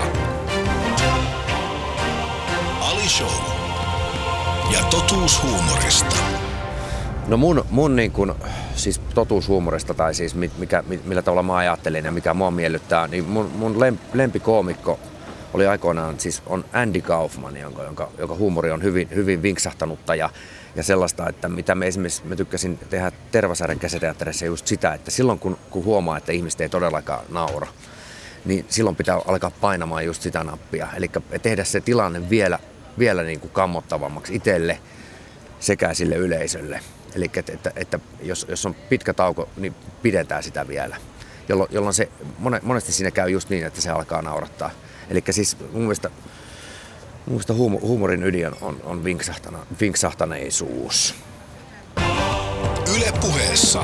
Ali Show ja totuus huumorista. No mun, mun niin kun, siis totuus huumorista tai siis mikä, millä tavalla mä ajattelin ja mikä mua miellyttää, niin mun, mun lempikoomikko oli aikoinaan, siis on Andy Kaufman, jonka, jonka, jonka huumori on hyvin, hyvin vinksahtanutta ja, ja sellaista, että mitä me esimerkiksi, mä tykkäsin tehdä Tervasaaren käsiteatterissa just sitä, että silloin kun, kun huomaa, että ihmiset ei todellakaan naura, niin silloin pitää alkaa painamaan just sitä nappia. Eli tehdä se tilanne vielä, vielä niin kuin kammottavammaksi itselle sekä sille yleisölle. Eli että, että, että jos, jos on pitkä tauko, niin pidetään sitä vielä. Jolloin, jolloin se, monesti siinä käy just niin, että se alkaa naurattaa. Eli siis mun mielestä, mun mielestä huumorin ydin on, on vinksahtaneisuus. Yle Puheessa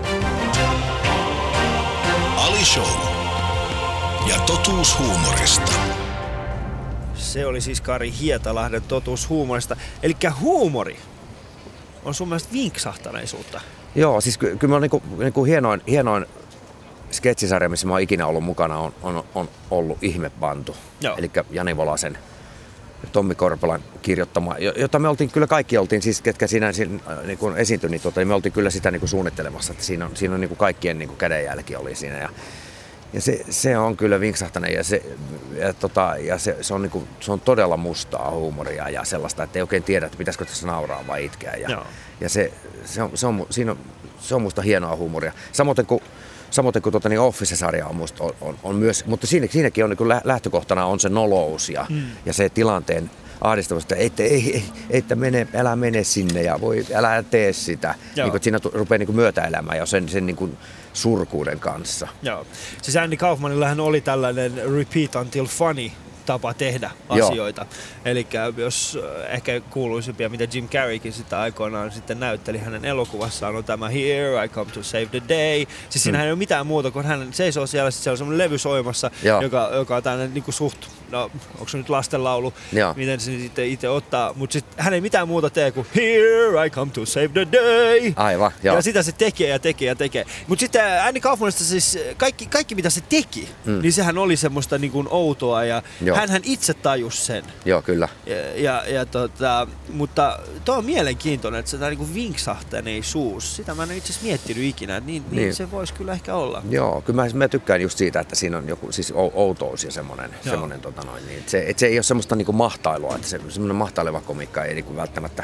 Ali Show ja totuus huumorista. Se oli siis Kari Hietalahden totuus huumorista. Eli huumori on sun mielestä vinksahtaneisuutta? Joo, siis ky- kyllä niinku, niinku hienoin, hienoin sketsisarja, missä mä oon ikinä ollut mukana, on, on, on ollut Ihmebantu. Eli Jani Volasen, Tommi Korpelan kirjoittama, jota me oltiin kyllä kaikki oltiin, siis ketkä siinä, siinä niin kuin esiintyi, niin, tota, me oltiin kyllä sitä niin kuin suunnittelemassa, että siinä on, siinä on niin kuin kaikkien niin kuin kädenjälki oli siinä. Ja, ja se, se on kyllä vinksahtainen ja, se, ja, tota, ja se, se, on niin kuin, se on todella mustaa huumoria ja sellaista, että ei oikein tiedä, että pitäisikö tässä nauraa vai itkeä. Ja, ja se, se, on, se, on, siinä on, se on musta hienoa huumoria. Samoin kuin Samoin kuin tuota, niin Office-sarja on, musta, on, on, on myös, mutta siinä, siinäkin on niin lähtökohtana on se nolous ja, mm. ja se tilanteen ahdistavuus, että ei, ei, ei, että mene, älä mene sinne ja voi, älä tee sitä. Niin kuin, siinä rupeaa niin kuin myötäelämään jo sen, sen niin kuin surkuuden kanssa. Joo. Siis Andy Kaufmanillahan oli tällainen repeat until funny tapa tehdä asioita. Eli jos ehkä kuuluisimpia, mitä Jim Carreykin sitä aikoinaan sitten näytteli hänen elokuvassaan, on tämä Here I Come to Save the Day. Siis siinä mm. ei ole mitään muuta, kun hän seisoo siellä, siellä on semmoinen levy soimassa, joka, joka on tällainen niin kuin suht no onko se nyt lastenlaulu, Joo. miten se sitten itse ottaa, mutta sitten hän ei mitään muuta tee kuin Here I come to save the day. Aivan, joo. Ja sitä se tekee ja tekee ja tekee. Mutta sitten Andy Kaufmanista siis kaikki, kaikki mitä se teki, mm. niin sehän oli semmoista niin kuin outoa ja joo. hänhän itse tajusi sen. Joo, kyllä. Ja, ja, ja tota, mutta tuo on mielenkiintoinen, että se tämä niin vinksahtaneisuus, sitä mä en itse asiassa miettinyt ikinä, että niin, niin. niin se voisi kyllä ehkä olla. Joo, kyllä mä, mä tykkään just siitä, että siinä on joku siis outous ja semmoinen, semmoinen tota noin, niin, että se, että se ei ole semmoista niinku mahtailua, että se, semmoinen mahtaileva komiikka ei niinku välttämättä.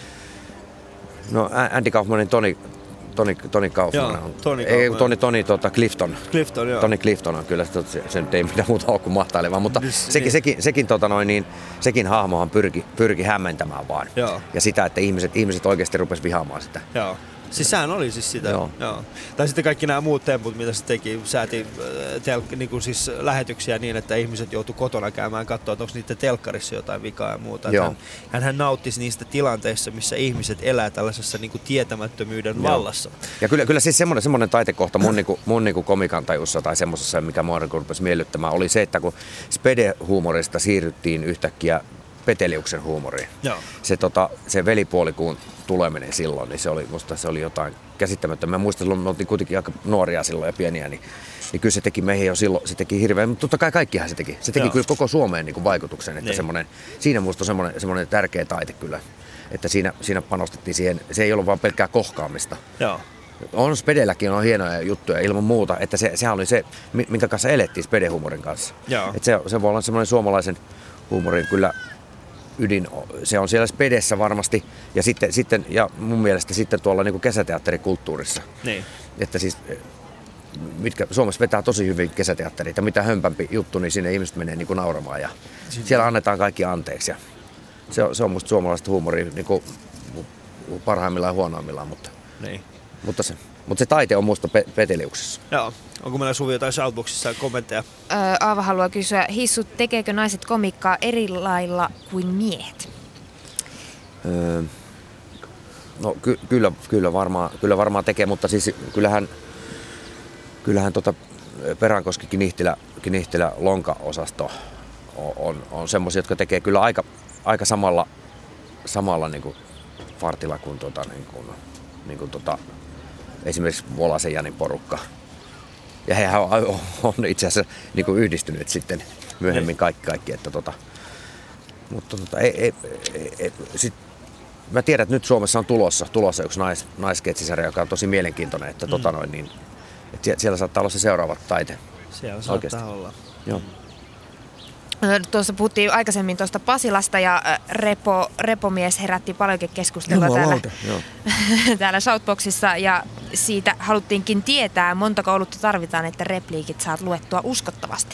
No Andy Kaufmanin Tony, Tony, Tony Kaufman joo, on, Tony, ei, Kaufman. Tony, Tony tota Clifton. Clifton, joo. Tony Clifton on kyllä, se, se nyt ei mitään muuta ole kuin mahtaileva, mutta niin. sekin, sekin, sekin, tota noin, niin, sekin hahmohan pyrki, pyrki hämmentämään vaan. Joo. Ja sitä, että ihmiset, ihmiset oikeasti rupes vihaamaan sitä. Joo. Siis sehän oli siis sitä. Joo. Joo. Tai sitten kaikki nämä muut temput, mitä se teki, sääti tel- niinku siis lähetyksiä niin, että ihmiset joutu kotona käymään katsoa, että onko niiden telkkarissa jotain vikaa ja muuta. Hän, hänhän nauttisi niistä tilanteissa, missä ihmiset elää tällaisessa niinku tietämättömyyden Joo. vallassa. Ja kyllä, kyllä siis semmoinen, semmoinen taitekohta mun, niinku, mun niinku komikantajussa tai semmoisessa, mikä mua rupesi miellyttämään, oli se, että kun spede-huumorista siirryttiin yhtäkkiä Peteliuksen huumoriin. Joo. Se, tota, se velipuolikuun tuleminen silloin, niin se oli, musta se oli jotain käsittämätöntä. Mä muistan, että me oltiin kuitenkin aika nuoria silloin ja pieniä, niin, niin kyllä se teki meihin jo silloin, se teki hirveän, mutta totta kai kaikkihan se teki. Se teki Joo. kyllä koko Suomeen niin kuin vaikutuksen, että semmoinen, siinä musta on semmoinen, semmoinen tärkeä taite kyllä, että siinä, siinä panostettiin siihen, se ei ollut vaan pelkkää kohkaamista. Joo. On Spedelläkin on hienoja juttuja ilman muuta, että se, sehän oli se, minkä kanssa elettiin Spede-huumorin kanssa. Että se, se voi olla semmoinen suomalaisen huumorin kyllä ydin, se on siellä Spedessä varmasti ja sitten, sitten ja mun mielestä sitten tuolla niin kuin kesäteatterikulttuurissa. Niin. Että siis mitkä Suomessa vetää tosi hyvin kesäteatterit ja mitä hömpämpi juttu, niin sinne ihmiset menee niin kuin nauramaan ja Siin. siellä annetaan kaikki anteeksi. Ja se, on, se on musta suomalaista huumoria niin kuin parhaimmillaan ja huonoimmillaan, mutta, niin. mutta, se, mutta se taite on musta pe- Peteliuksessa. Joo. Onko meillä Suvi jotain Shoutboxissa kommentteja? Öö, Aava haluaa kysyä, hissut, tekeekö naiset komikkaa eri lailla kuin miehet? Öö, no ky- kyllä, kyllä, varmaan, kyllä varmaan tekee, mutta siis kyllähän, kyllähän tota Perankoski Kinihtilä, Kinihtilä Lonka-osasto on, on, on semmoisia, jotka tekee kyllä aika, aika samalla, samalla niin kuin fartilla kuin, tota, niin kuin, niin kuin tota, esimerkiksi Volasen Janin porukka. Ja hehän on, on itse asiassa niin kuin yhdistyneet sitten myöhemmin kaikki, kaikki että tota, mutta tota, ei, ei, ei, ei, sit, mä tiedän, että nyt Suomessa on tulossa, tulossa yksi nais, naisketsisarja, joka on tosi mielenkiintoinen, että, mm. tota noin, niin, että siellä saattaa olla se seuraava taite. Siellä saattaa Oikeasti. olla. Joo. Tuossa puhuttiin aikaisemmin tuosta Pasilasta ja repo, repomies herätti paljonkin keskustelua Jumala täällä, täällä Shoutboxissa ja siitä haluttiinkin tietää, montako olutta tarvitaan, että repliikit saat luettua uskottavasti.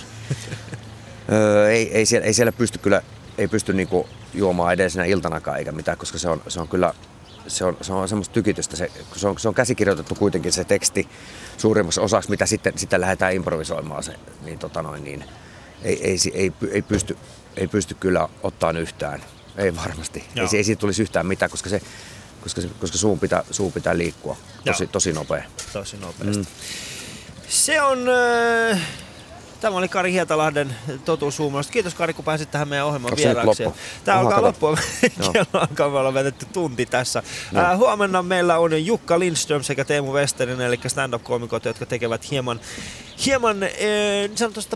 öö, ei, ei, siellä, ei siellä pysty kyllä ei pysty niinku juomaan edellisenä iltanakaan eikä mitään, koska se on, se on kyllä se on, se on semmoista tykitystä. Se, se, on, se on käsikirjoitettu kuitenkin se teksti suurimmaksi osaksi, mitä sitten, sitten lähdetään improvisoimaan se, niin tota noin niin. Ei, ei, ei, ei, pysty, ei pysty kyllä ottaa yhtään, ei varmasti. Ei, ei siitä tulisi yhtään mitään, koska, se, koska, se, koska suun, pitää, suun pitää liikkua tosi, tosi nopea. Tosi nopeasti. Mm. Se on... Äh, tämä oli Kari Hietalahden totuushuumorista. Kiitos Kari, kun pääsit tähän meidän ohjelman vieraaksi. Tämä alkaa loppua. Kello alkaa, me ollaan vetetty tunti tässä. No. Äh, huomenna meillä on Jukka Lindström sekä Teemu Westerinen, eli stand-up-koomikot, jotka tekevät hieman, hieman äh, sanotusta